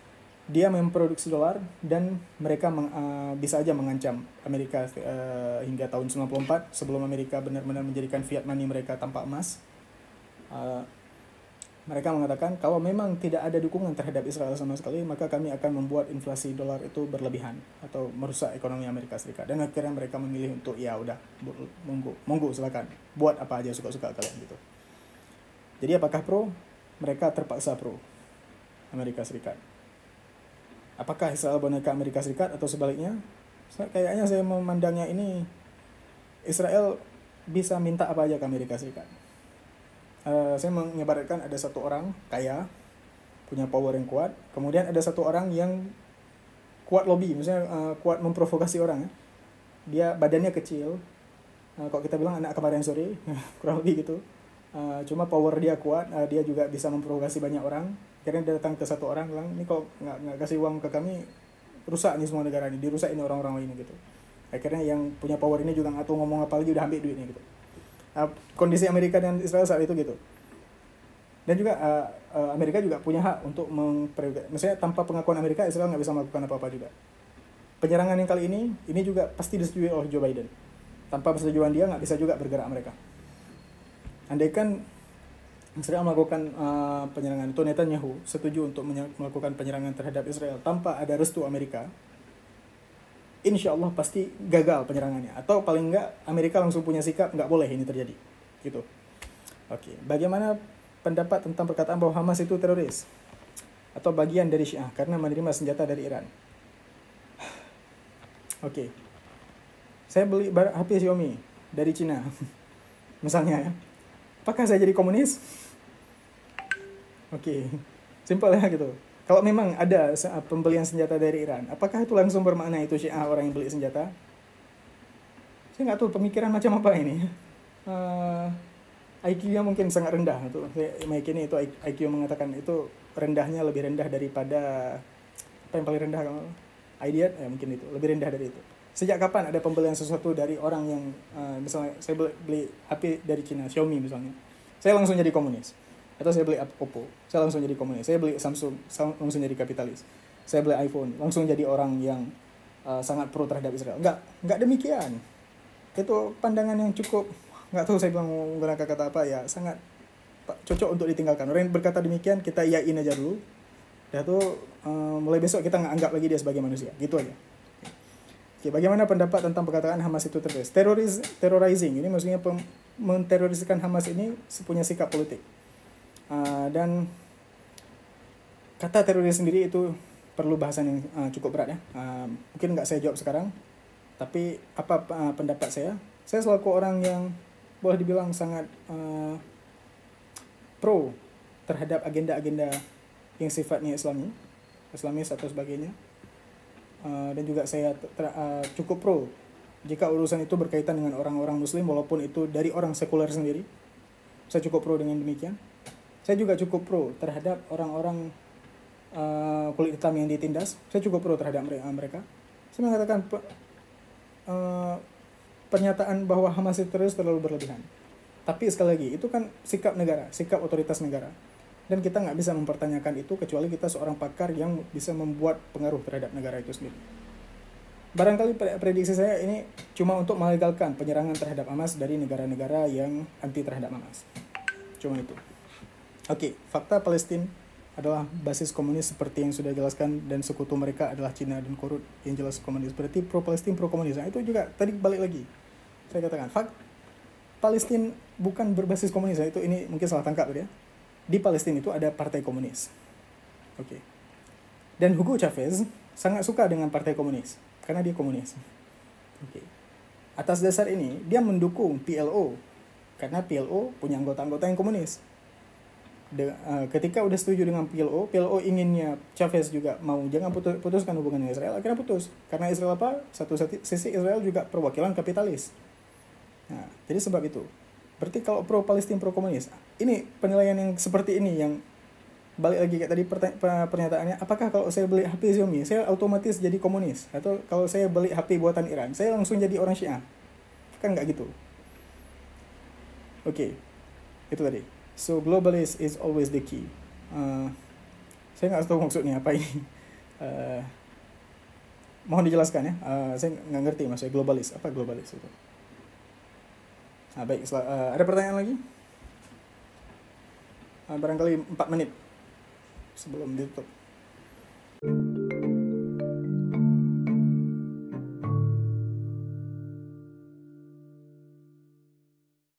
dia memproduksi dolar dan mereka meng, uh, bisa aja mengancam Amerika uh, hingga tahun sembilan puluh empat sebelum Amerika benar-benar menjadikan fiat money mereka tanpa emas. Uh, mereka mengatakan kalau memang tidak ada dukungan terhadap Israel sama sekali, maka kami akan membuat inflasi dolar itu berlebihan atau merusak ekonomi Amerika Serikat. Dan akhirnya mereka memilih untuk ya udah monggo, monggo silakan buat apa aja suka-suka kalian gitu. Jadi apakah pro? Mereka terpaksa pro Amerika Serikat. Apakah Israel boneka Amerika Serikat atau sebaliknya? Kayaknya saya memandangnya ini Israel bisa minta apa aja ke Amerika Serikat. Uh, saya mengibaratkan ada satu orang kaya, punya power yang kuat, kemudian ada satu orang yang kuat lobby, misalnya uh, kuat memprovokasi orang. Ya. Dia badannya kecil, uh, kalau kita bilang anak kemarin sore, kurang lebih gitu. Uh, cuma power dia kuat, uh, dia juga bisa memprovokasi banyak orang. Akhirnya dia datang ke satu orang bilang, ini kalau nggak nggak kasih uang ke kami, rusak nih semua negara ini, dirusak ini orang-orang lainnya gitu. Akhirnya yang punya power ini juga nggak tahu ngomong apa lagi, udah ambil duitnya gitu. Uh, kondisi Amerika dan Israel saat itu gitu. Dan juga uh, uh, Amerika juga punya hak untuk memperoleh, misalnya tanpa pengakuan Amerika, Israel nggak bisa melakukan apa-apa juga. Penyerangan yang kali ini, ini juga pasti disetujui oleh Joe Biden. Tanpa persetujuan dia nggak bisa juga bergerak mereka. Andaikan Israel melakukan uh, penyerangan itu, Netanyahu setuju untuk melakukan penyerangan terhadap Israel tanpa ada restu Amerika, insya Allah pasti gagal penyerangannya. Atau paling enggak Amerika langsung punya sikap nggak boleh ini terjadi. Gitu. Oke, bagaimana pendapat tentang perkataan bahwa Hamas itu teroris atau bagian dari Syiah karena menerima senjata dari Iran? Oke, saya beli H P Xiaomi dari Cina, misalnya ya. Apakah saya jadi komunis? Oke, simpel ya gitu. Kalau memang ada pembelian senjata dari Iran, apakah itu langsung bermakna itu Syiah orang yang beli senjata? Saya nggak tahu pemikiran macam apa ini. Uh, I Q-nya mungkin sangat rendah. Itu saya meyakini itu I Q mengatakan itu rendahnya lebih rendah daripada apa yang paling rendah kalau idiot ya mungkin itu lebih rendah dari itu. Sejak kapan ada pembelian sesuatu dari orang yang uh, misalnya saya beli, beli H P dari Cina, Xiaomi misalnya, saya langsung jadi komunis. Atau saya beli Oppo, saya langsung jadi komunis. Saya beli Samsung, langsung jadi kapitalis. Saya beli iPhone, langsung jadi orang yang uh, sangat pro terhadap Israel. Enggak, enggak demikian. Itu pandangan yang cukup, enggak tahu saya bilang menggunakan kata apa ya, sangat cocok untuk ditinggalkan. Orang yang berkata demikian, kita iyain aja dulu. Dan itu uh, mulai besok kita nggak anggap lagi dia sebagai manusia. Gitu aja. Oke, bagaimana pendapat tentang perkataan Hamas itu teroris? Teroris, terrorizing, ini maksudnya pem, menteroriskan Hamas ini punya sikap politik. Uh, dan kata teroris sendiri itu perlu bahasan yang uh, cukup berat ya. Uh, mungkin nggak saya jawab sekarang, tapi apa uh, pendapat saya? Saya selaku orang yang boleh dibilang sangat uh, pro terhadap agenda-agenda yang sifatnya Islami, Islamis atau sebagainya, uh, dan juga saya ter, uh, cukup pro jika urusan itu berkaitan dengan orang-orang Muslim walaupun itu dari orang sekuler sendiri. Saya cukup pro dengan demikian. Saya juga cukup pro terhadap orang-orang uh, kulit hitam yang ditindas. Saya cukup pro terhadap mereka. Saya mengatakan uh, pernyataan bahwa Hamas itu terus terlalu berlebihan. Tapi sekali lagi, itu kan sikap negara, sikap otoritas negara. Dan kita nggak bisa mempertanyakan itu kecuali kita seorang pakar yang bisa membuat pengaruh terhadap negara itu sendiri. Barangkali prediksi saya ini cuma untuk melegalkan penyerangan terhadap Hamas dari negara-negara yang anti terhadap Hamas. Cuma itu. Oke, fakta Palestina adalah basis komunis seperti yang sudah dijelaskan dan sekutu mereka adalah Cina dan Korut yang jelas komunis. Berarti pro-Palestina, pro-komunis. Nah, itu juga tadi balik lagi. Saya katakan, fakt Palestina bukan berbasis komunis. Nah, itu ini mungkin salah tangkap ya. Di Palestina itu ada partai komunis. Oke. Dan Hugo Chavez sangat suka dengan partai komunis karena dia komunis. Oke. Atas dasar ini, dia mendukung P L O karena P L O punya anggota-anggota yang komunis. De, uh, ketika udah setuju dengan P L O, P L O inginnya Chavez juga mau jangan putus, putuskan hubungan dengan Israel, akhirnya putus. Karena Israel apa? Satu sisi Israel juga perwakilan kapitalis. Nah, jadi sebab itu. Berarti kalau pro Palestina, pro komunis, ini penilaian yang seperti ini yang balik lagi kayak tadi pernyataannya, apakah kalau saya beli H P Xiaomi, saya otomatis jadi komunis? Atau kalau saya beli H P buatan Iran, saya langsung jadi orang Syiah? Kan nggak gitu. Oke, okay. Itu tadi. So globalist is always the key. Uh, saya nggak tahu maksudnya apa ini. Uh, mohon dijelaskan ya, uh, saya nggak ngerti maksudnya globalis, apa globalis itu. Nah, baik, uh, ada pertanyaan lagi? Uh, barangkali empat menit sebelum ditutup.